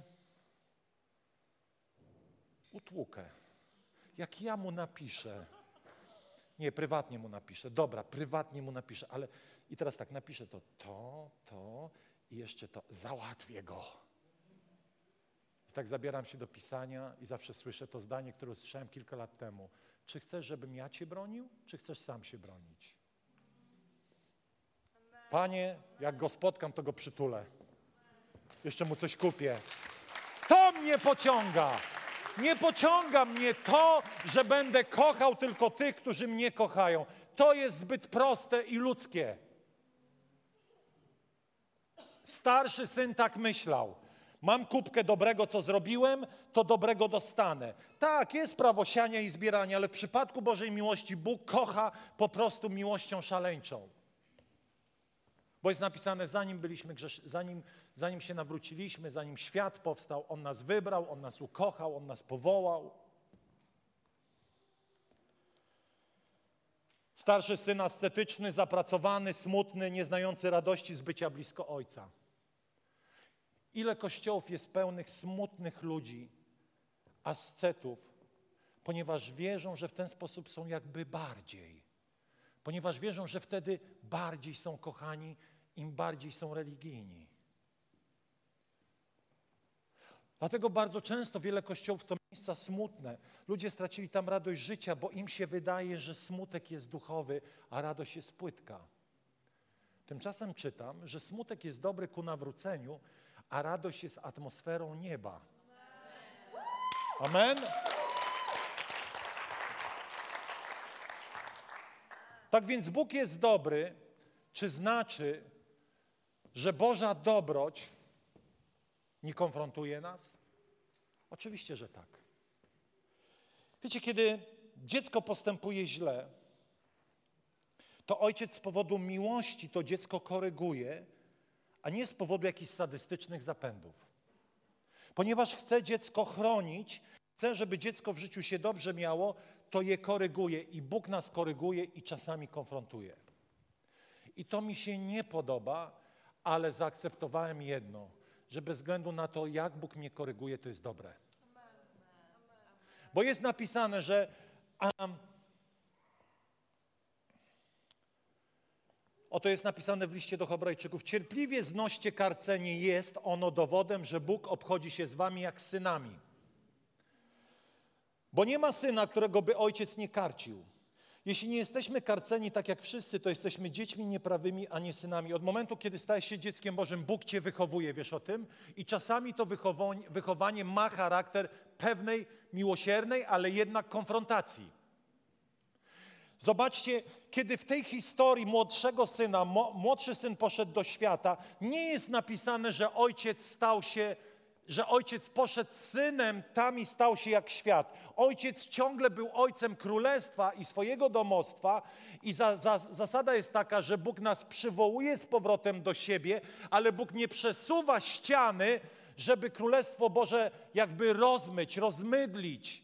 Speaker 2: utłukę. Jak ja mu napiszę, nie, prywatnie mu napiszę, dobra, prywatnie mu napiszę, ale i teraz tak, napiszę to, to, to i jeszcze to, załatwię go. I tak zabieram się do pisania i zawsze słyszę to zdanie, które usłyszałem kilka lat temu. Czy chcesz, żebym ja cię bronił, czy chcesz sam się bronić? Panie, jak go spotkam, to go przytulę. Jeszcze mu coś kupię. To mnie pociąga. Nie pociąga mnie to, że będę kochał tylko tych, którzy mnie kochają. To jest zbyt proste i ludzkie. Starszy syn tak myślał. Mam kubkę dobrego, co zrobiłem, to dobrego dostanę. Tak, jest prawo siania i zbierania, ale w przypadku Bożej miłości Bóg kocha po prostu miłością szaleńczą. Bo jest napisane, zanim byliśmy grzesz... zanim, zanim się nawróciliśmy, zanim świat powstał, On nas wybrał, On nas ukochał, On nas powołał. Starszy syn ascetyczny, zapracowany, smutny, nieznający radości z bycia blisko Ojca. Ile kościołów jest pełnych smutnych ludzi, ascetów, ponieważ wierzą, że w ten sposób są jakby bardziej. Ponieważ wierzą, że wtedy bardziej są kochani, im bardziej są religijni. Dlatego bardzo często wiele kościołów to miejsca smutne. Ludzie stracili tam radość życia, bo im się wydaje, że smutek jest duchowy, a radość jest płytka. Tymczasem czytam, że smutek jest dobry ku nawróceniu, a radość jest atmosferą nieba. Amen? Tak więc Bóg jest dobry, czy znaczy, że Boża dobroć nie konfrontuje nas? Oczywiście, że tak. Wiecie, kiedy dziecko postępuje źle, to ojciec z powodu miłości to dziecko koryguje, a nie z powodu jakichś sadystycznych zapędów. Ponieważ chce dziecko chronić, chce, żeby dziecko w życiu się dobrze miało, to je koryguje i Bóg nas koryguje i czasami konfrontuje. I to mi się nie podoba, ale zaakceptowałem jedno, że bez względu na to, jak Bóg mnie koryguje, to jest dobre. Bo jest napisane, że um, oto jest napisane w liście do Hebrajczyków, cierpliwie znoście karcenie, jest ono dowodem, że Bóg obchodzi się z wami jak z synami. Bo nie ma syna, którego by ojciec nie karcił. Jeśli nie jesteśmy karceni tak jak wszyscy, to jesteśmy dziećmi nieprawymi, a nie synami. Od momentu, kiedy stajesz się dzieckiem Bożym, Bóg cię wychowuje, wiesz o tym? I czasami to wychowanie, wychowanie ma charakter pewnej miłosiernej, ale jednak konfrontacji. Zobaczcie, kiedy w tej historii młodszego syna, młodszy syn poszedł do świata, nie jest napisane, że ojciec stał się, że ojciec poszedł z synem tam i stał się jak świat. Ojciec ciągle był ojcem królestwa i swojego domostwa i za, za, zasada jest taka, że Bóg nas przywołuje z powrotem do siebie, ale Bóg nie przesuwa ściany, żeby Królestwo Boże jakby rozmyć, rozmydlić.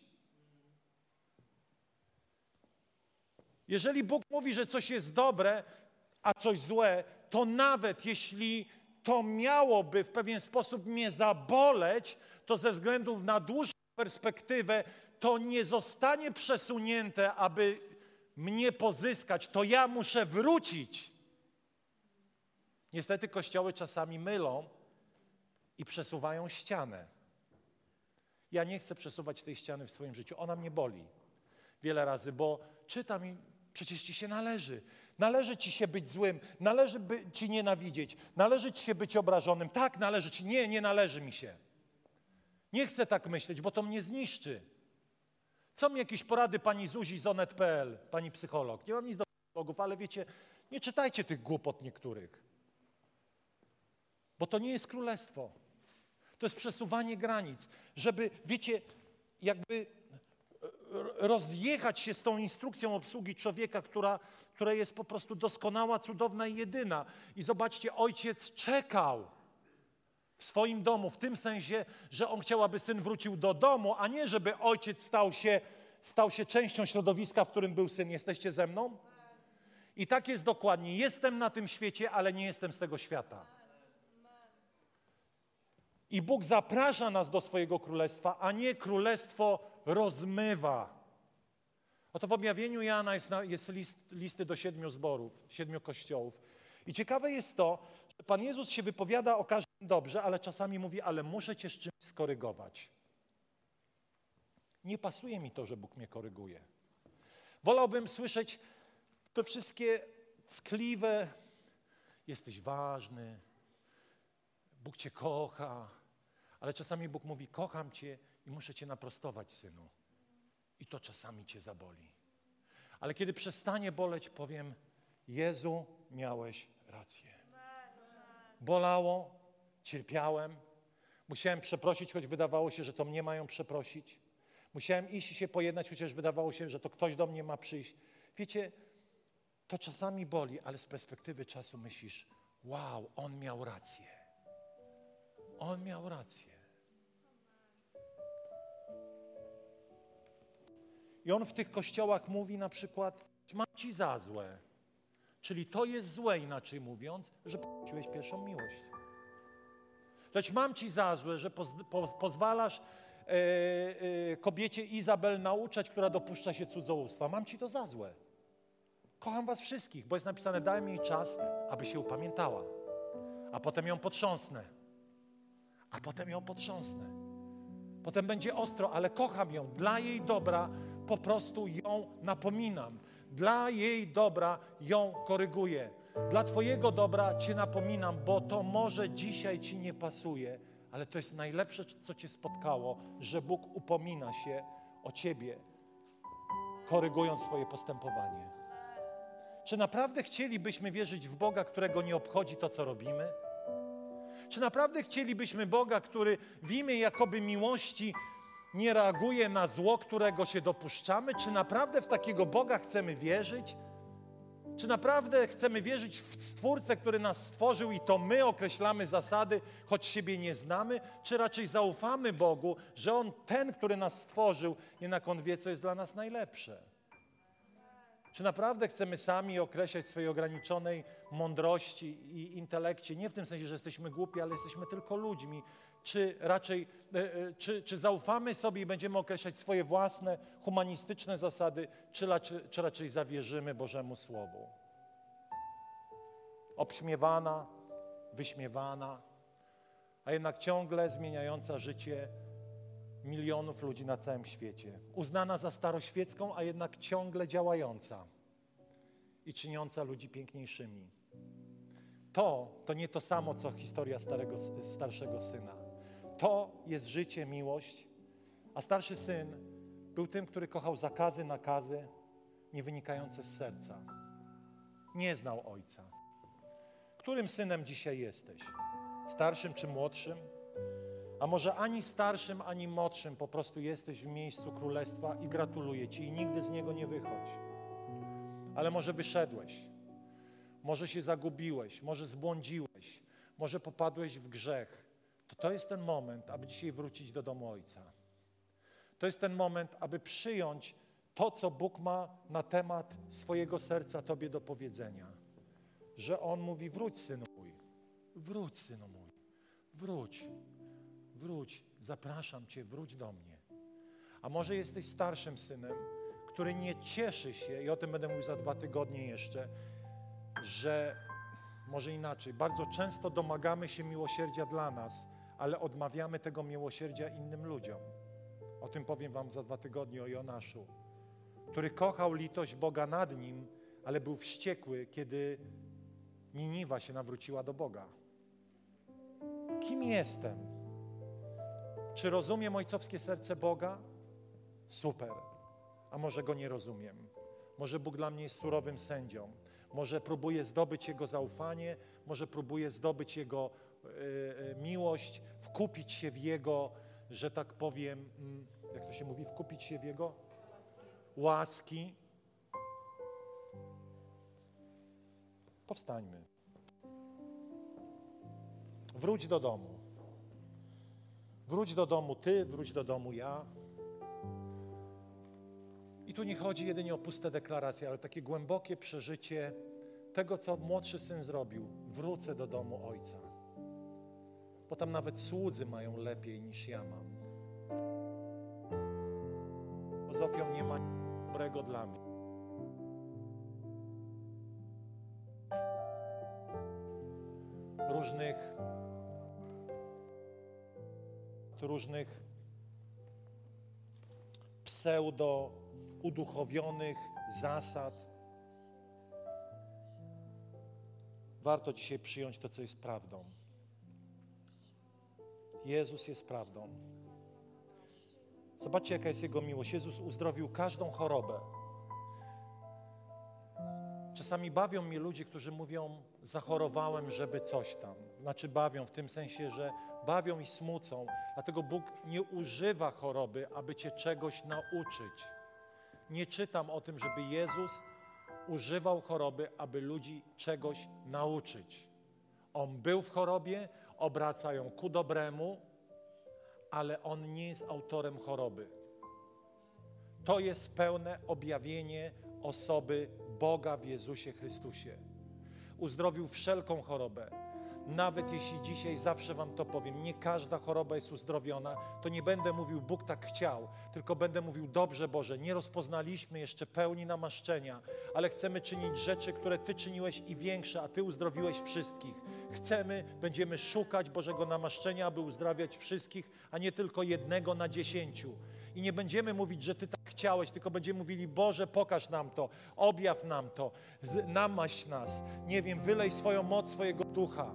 Speaker 2: Jeżeli Bóg mówi, że coś jest dobre, a coś złe, to nawet jeśli to miałoby w pewien sposób mnie zaboleć, to ze względu na dłuższą perspektywę to nie zostanie przesunięte, aby mnie pozyskać. To ja muszę wrócić. Niestety kościoły czasami mylą i przesuwają ścianę. Ja nie chcę przesuwać tej ściany w swoim życiu. Ona mnie boli wiele razy, bo czytam i przecież ci się należy. Należy ci się być złym, należy by ci nienawidzieć, należy ci się być obrażonym. Tak, należy ci. Nie, nie należy mi się. Nie chcę tak myśleć, bo to mnie zniszczy. Co mi jakieś porady pani Zuzi z onet kropka pe el, pani psycholog? Nie mam nic do psychologów, ale wiecie, nie czytajcie tych głupot niektórych. Bo to nie jest królestwo. To jest przesuwanie granic, żeby, wiecie, jakby rozjechać się z tą instrukcją obsługi człowieka, która, która jest po prostu doskonała, cudowna i jedyna. I zobaczcie, ojciec czekał w swoim domu, w tym sensie, że on chciał, aby syn wrócił do domu, a nie żeby ojciec stał się, stał się częścią środowiska, w którym był syn. Jesteście ze mną? I tak jest dokładnie. Jestem na tym świecie, ale nie jestem z tego świata. I Bóg zaprasza nas do swojego królestwa, a nie królestwo rozmywa. Oto w objawieniu Jana jest, jest list, listy do siedmiu zborów, siedmiu kościołów. I ciekawe jest to, że Pan Jezus się wypowiada o każdym dobrze, ale czasami mówi, ale muszę cię z czymś skorygować. Nie pasuje mi to, że Bóg mnie koryguje. Wolałbym słyszeć te wszystkie ckliwe, jesteś ważny, Bóg cię kocha, ale czasami Bóg mówi, kocham cię i muszę cię naprostować, synu. I to czasami cię zaboli. Ale kiedy przestanie boleć, powiem, Jezu, miałeś rację. Bolało, cierpiałem, musiałem przeprosić, choć wydawało się, że to mnie mają przeprosić. Musiałem iść i się pojednać, chociaż wydawało się, że to ktoś do mnie ma przyjść. Wiecie, to czasami boli, ale z perspektywy czasu myślisz, wow, on miał rację. On miał rację. I on w tych kościołach mówi na przykład, mam ci za złe. Czyli to jest złe, inaczej mówiąc, że porzuciłeś pierwszą miłość. Lecz mam ci za złe, że poz, poz, pozwalasz e, e, kobiecie Izabel nauczać, która dopuszcza się cudzołóstwa. Mam ci to za złe. Kocham was wszystkich, bo jest napisane, dałem jej czas, aby się upamiętała. A potem ją potrząsnę. A potem ją potrząsnę. Potem będzie ostro, ale kocham ją. Dla jej dobra po prostu ją napominam. Dla jej dobra ją koryguję. Dla twojego dobra cię napominam, bo to może dzisiaj ci nie pasuje, ale to jest najlepsze, co cię spotkało, że Bóg upomina się o ciebie, korygując swoje postępowanie. Czy naprawdę chcielibyśmy wierzyć w Boga, którego nie obchodzi to, co robimy? Czy naprawdę chcielibyśmy Boga, który w imię jakoby miłości nie reaguje na zło, którego się dopuszczamy? Czy naprawdę w takiego Boga chcemy wierzyć? Czy naprawdę chcemy wierzyć w Stwórcę, który nas stworzył i to my określamy zasady, choć siebie nie znamy? Czy raczej zaufamy Bogu, że On, ten, który nas stworzył, jednak On wie, co jest dla nas najlepsze? Czy naprawdę chcemy sami określać swojej ograniczonej mądrości i intelekcie? Nie w tym sensie, że jesteśmy głupi, ale jesteśmy tylko ludźmi. Czy raczej, czy, czy zaufamy sobie i będziemy określać swoje własne, humanistyczne zasady, czy raczej, czy raczej zawierzymy Bożemu Słowu? Obśmiewana, wyśmiewana, a jednak ciągle zmieniająca życie milionów ludzi na całym świecie. Uznana za staroświecką, a jednak ciągle działająca i czyniąca ludzi piękniejszymi. To, to nie to samo, co historia starego, starszego syna. To jest życie, miłość, a starszy syn był tym, który kochał zakazy, nakazy, nie wynikające z serca. Nie znał ojca. Którym synem dzisiaj jesteś? Starszym czy młodszym? A może ani starszym, ani młodszym, po prostu jesteś w miejscu królestwa i gratuluję ci i nigdy z niego nie wychodź. Ale może wyszedłeś, może się zagubiłeś, może zbłądziłeś, może popadłeś w grzech. To to jest ten moment, aby dzisiaj wrócić do domu Ojca. To jest ten moment, aby przyjąć to, co Bóg ma na temat swojego serca Tobie do powiedzenia. Że On mówi, wróć, synu mój, wróć, synu mój, wróć, wróć, zapraszam Cię, wróć do mnie. A może jesteś starszym synem, który nie cieszy się, i o tym będę mówił za dwa tygodnie jeszcze, że może inaczej, bardzo często domagamy się miłosierdzia dla nas, ale odmawiamy tego miłosierdzia innym ludziom. O tym powiem wam za dwa tygodnie, o Jonaszu, który kochał litość Boga nad nim, ale był wściekły, kiedy Niniwa się nawróciła do Boga. Kim jestem? Czy rozumiem ojcowskie serce Boga? Super. A może go nie rozumiem? Może Bóg dla mnie jest surowym sędzią? Może próbuję zdobyć Jego zaufanie? Może próbuję zdobyć Jego y, y, miłość? Wkupić się w Jego, że tak powiem, y, jak to się mówi, wkupić się w Jego łaski? Powstańmy. Wróć do domu. Wróć do domu Ty, wróć do domu ja. I tu nie chodzi jedynie o puste deklaracje, ale takie głębokie przeżycie tego, co młodszy syn zrobił. Wrócę do domu Ojca. Bo tam nawet słudzy mają lepiej niż ja mam. Filozofią nie ma dobrego dla mnie. Różnych różnych pseudo uduchowionych zasad. Warto dzisiaj przyjąć to, co jest prawdą. Jezus jest prawdą. Zobaczcie, jaka jest Jego miłość. Jezus uzdrowił każdą chorobę. Czasami bawią mnie ludzie, którzy mówią, zachorowałem, żeby coś tam. Znaczy bawią w tym sensie, że bawią i smucą. Dlatego Bóg nie używa choroby, aby cię czegoś nauczyć. Nie czytam o tym, żeby Jezus używał choroby, aby ludzi czegoś nauczyć. On był w chorobie, obraca ją ku dobremu, ale On nie jest autorem choroby. To jest pełne objawienie osoby Boga w Jezusie Chrystusie. Uzdrowił wszelką chorobę. Nawet jeśli dzisiaj zawsze wam to powiem, nie każda choroba jest uzdrowiona, to nie będę mówił, Bóg tak chciał, tylko będę mówił, dobrze Boże, nie rozpoznaliśmy jeszcze pełni namaszczenia, ale chcemy czynić rzeczy, które Ty czyniłeś i większe, a Ty uzdrowiłeś wszystkich. Chcemy, będziemy szukać Bożego namaszczenia, aby uzdrawiać wszystkich, a nie tylko jednego na dziesięciu. I nie będziemy mówić, że Ty tak chciałeś, tylko będziemy mówili, Boże, pokaż nam to, objaw nam to, namaść nas, nie wiem, wylej swoją moc, swojego ducha.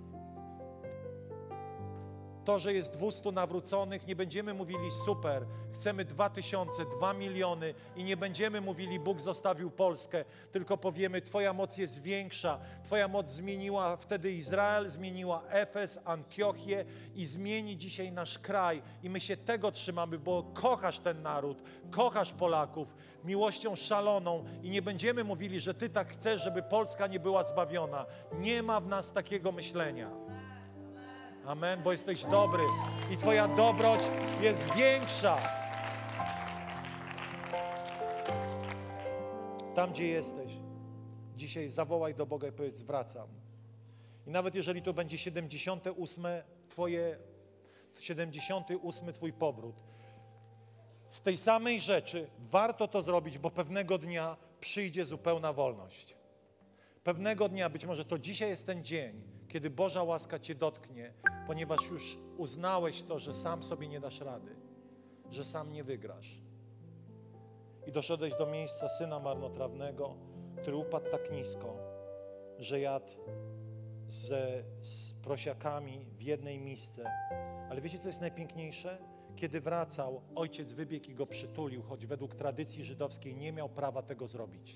Speaker 2: To, że jest dwustu nawróconych, nie będziemy mówili super, chcemy dwa tysiące, dwa miliony i nie będziemy mówili Bóg zostawił Polskę, tylko powiemy Twoja moc jest większa, Twoja moc zmieniła wtedy Izrael, zmieniła Efes, Antiochię i zmieni dzisiaj nasz kraj i my się tego trzymamy, bo kochasz ten naród, kochasz Polaków miłością szaloną i nie będziemy mówili, że Ty tak chcesz, żeby Polska nie była zbawiona. Nie ma w nas takiego myślenia. Amen, bo jesteś dobry i Twoja dobroć jest większa. Tam, gdzie jesteś, dzisiaj zawołaj do Boga i powiedz, wracam. I nawet jeżeli to będzie siedemdziesiąte ósme Twoje, siedemdziesiąty ósmy Twój powrót, z tej samej rzeczy warto to zrobić, bo pewnego dnia przyjdzie zupełna wolność. Pewnego dnia, być może to dzisiaj jest ten dzień, kiedy Boża łaska Cię dotknie, ponieważ już uznałeś to, że sam sobie nie dasz rady. że sam nie wygrasz. I doszedłeś do miejsca syna marnotrawnego, który upadł tak nisko, że jadł ze, z prosiakami w jednej misce. Ale wiecie, co jest najpiękniejsze? Kiedy wracał, ojciec wybiegł i go przytulił, choć według tradycji żydowskiej nie miał prawa tego zrobić.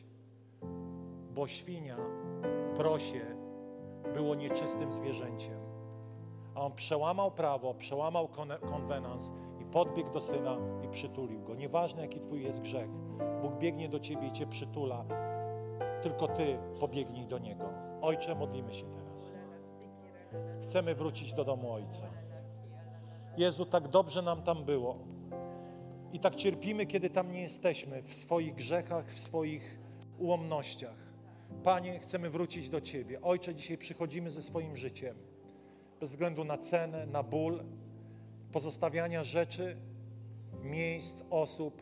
Speaker 2: Bo świnia, prosie, było nieczystym zwierzęciem. A on przełamał prawo, przełamał konwenans i podbiegł do syna i przytulił go. Nieważne, jaki twój jest grzech, Bóg biegnie do ciebie i cię przytula. Tylko ty pobiegnij do Niego. Ojcze, modlimy się teraz. Chcemy wrócić do domu Ojca. Jezu, tak dobrze nam tam było. I tak cierpimy, kiedy tam nie jesteśmy, w swoich grzechach, w swoich ułomnościach. Panie, chcemy wrócić do Ciebie. Ojcze, dzisiaj przychodzimy ze swoim życiem. Bez względu na cenę, na ból, pozostawiania rzeczy, miejsc, osób.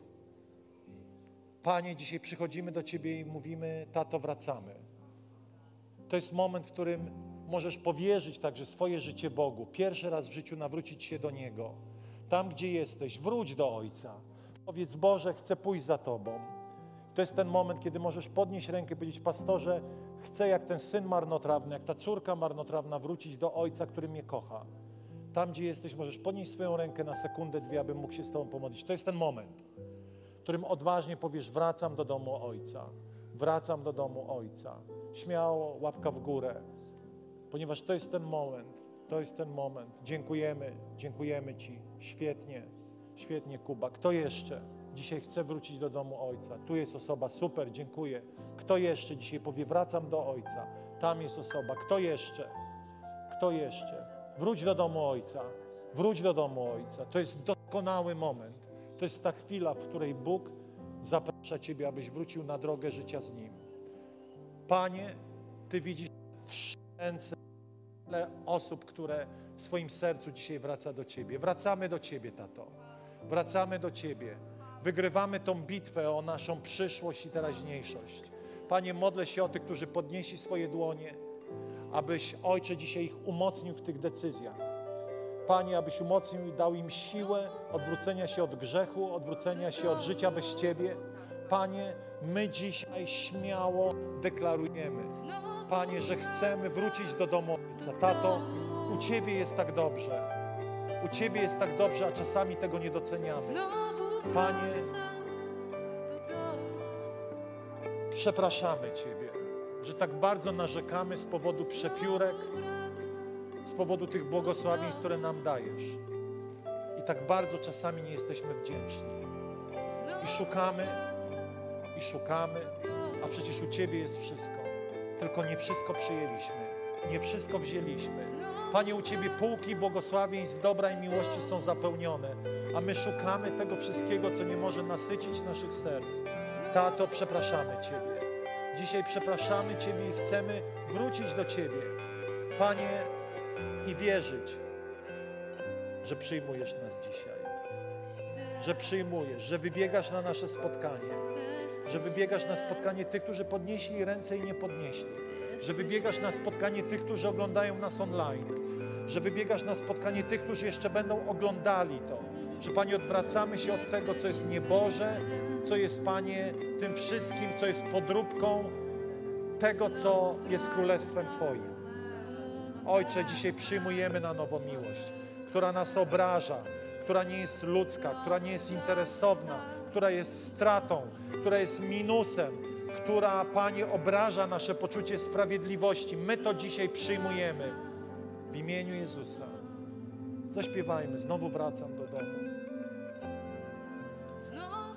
Speaker 2: Panie, dzisiaj przychodzimy do Ciebie i mówimy, tato, wracamy. To jest moment, w którym możesz powierzyć także swoje życie Bogu. Pierwszy raz w życiu nawrócić się do Niego. Tam, gdzie jesteś, wróć do Ojca. Powiedz, Boże, chcę pójść za Tobą. To jest ten moment, kiedy możesz podnieść rękę i powiedzieć, pastorze, chcę jak ten syn marnotrawny, jak ta córka marnotrawna wrócić do Ojca, który mnie kocha. Tam, gdzie jesteś, możesz podnieść swoją rękę na sekundę, dwie, abym mógł się z Tobą pomodlić. To jest ten moment, w którym odważnie powiesz, wracam do domu Ojca. Wracam do domu Ojca. Śmiało, łapka w górę. Ponieważ to jest ten moment, to jest ten moment. Dziękujemy, dziękujemy Ci. Świetnie, świetnie, Kuba. Kto jeszcze dzisiaj chce wrócić do domu Ojca? Tu jest osoba, super, dziękuję. Kto jeszcze dzisiaj powie, wracam do Ojca? Tam jest osoba. Kto jeszcze? Kto jeszcze? Wróć do domu Ojca. Wróć do domu Ojca. To jest doskonały moment. To jest ta chwila, w której Bóg zaprasza Ciebie, abyś wrócił na drogę życia z Nim. Panie, Ty widzisz trzy ręce osób, które w swoim sercu dzisiaj wraca do Ciebie. Wracamy do Ciebie, tato. Wracamy do Ciebie. Wygrywamy tą bitwę o naszą przyszłość i teraźniejszość. Panie, modlę się o tych, którzy podnieśli swoje dłonie, abyś, Ojcze, dzisiaj ich umocnił w tych decyzjach. Panie, abyś umocnił i dał im siłę odwrócenia się od grzechu, odwrócenia się od życia bez Ciebie. Panie, my dzisiaj śmiało deklarujemy, Panie, że chcemy wrócić do domu Ojca. Tato, u Ciebie jest tak dobrze. U Ciebie jest tak dobrze, a czasami tego nie doceniamy. Panie, przepraszamy Ciebie, że tak bardzo narzekamy z powodu przepiórek, z powodu tych błogosławieństw, które nam dajesz. I tak bardzo czasami nie jesteśmy wdzięczni. I szukamy, i szukamy, a przecież u Ciebie jest wszystko. Tylko nie wszystko przyjęliśmy, nie wszystko wzięliśmy. Panie, u Ciebie półki błogosławieństw, dobra i miłości są zapełnione, a my szukamy tego wszystkiego, co nie może nasycić naszych serc. Tato, przepraszamy Ciebie. Dzisiaj przepraszamy Ciebie i chcemy wrócić do Ciebie, Panie, i wierzyć, że przyjmujesz nas dzisiaj. Że przyjmujesz, że wybiegasz na nasze spotkanie, że wybiegasz na spotkanie tych, którzy podnieśli ręce i nie podnieśli, że wybiegasz na spotkanie tych, którzy oglądają nas online, że wybiegasz na spotkanie tych, którzy jeszcze będą oglądali to, że, Panie, odwracamy się od tego, co jest nieboże, co jest, Panie, tym wszystkim, co jest podróbką tego, co jest Królestwem Twoim. Ojcze, dzisiaj przyjmujemy na nowo miłość, która nas obraża, która nie jest ludzka, która nie jest interesowna, która jest stratą, która jest minusem, która, Panie, obraża nasze poczucie sprawiedliwości. My to dzisiaj przyjmujemy w imieniu Jezusa. Zaśpiewajmy, znowu wracam do domu.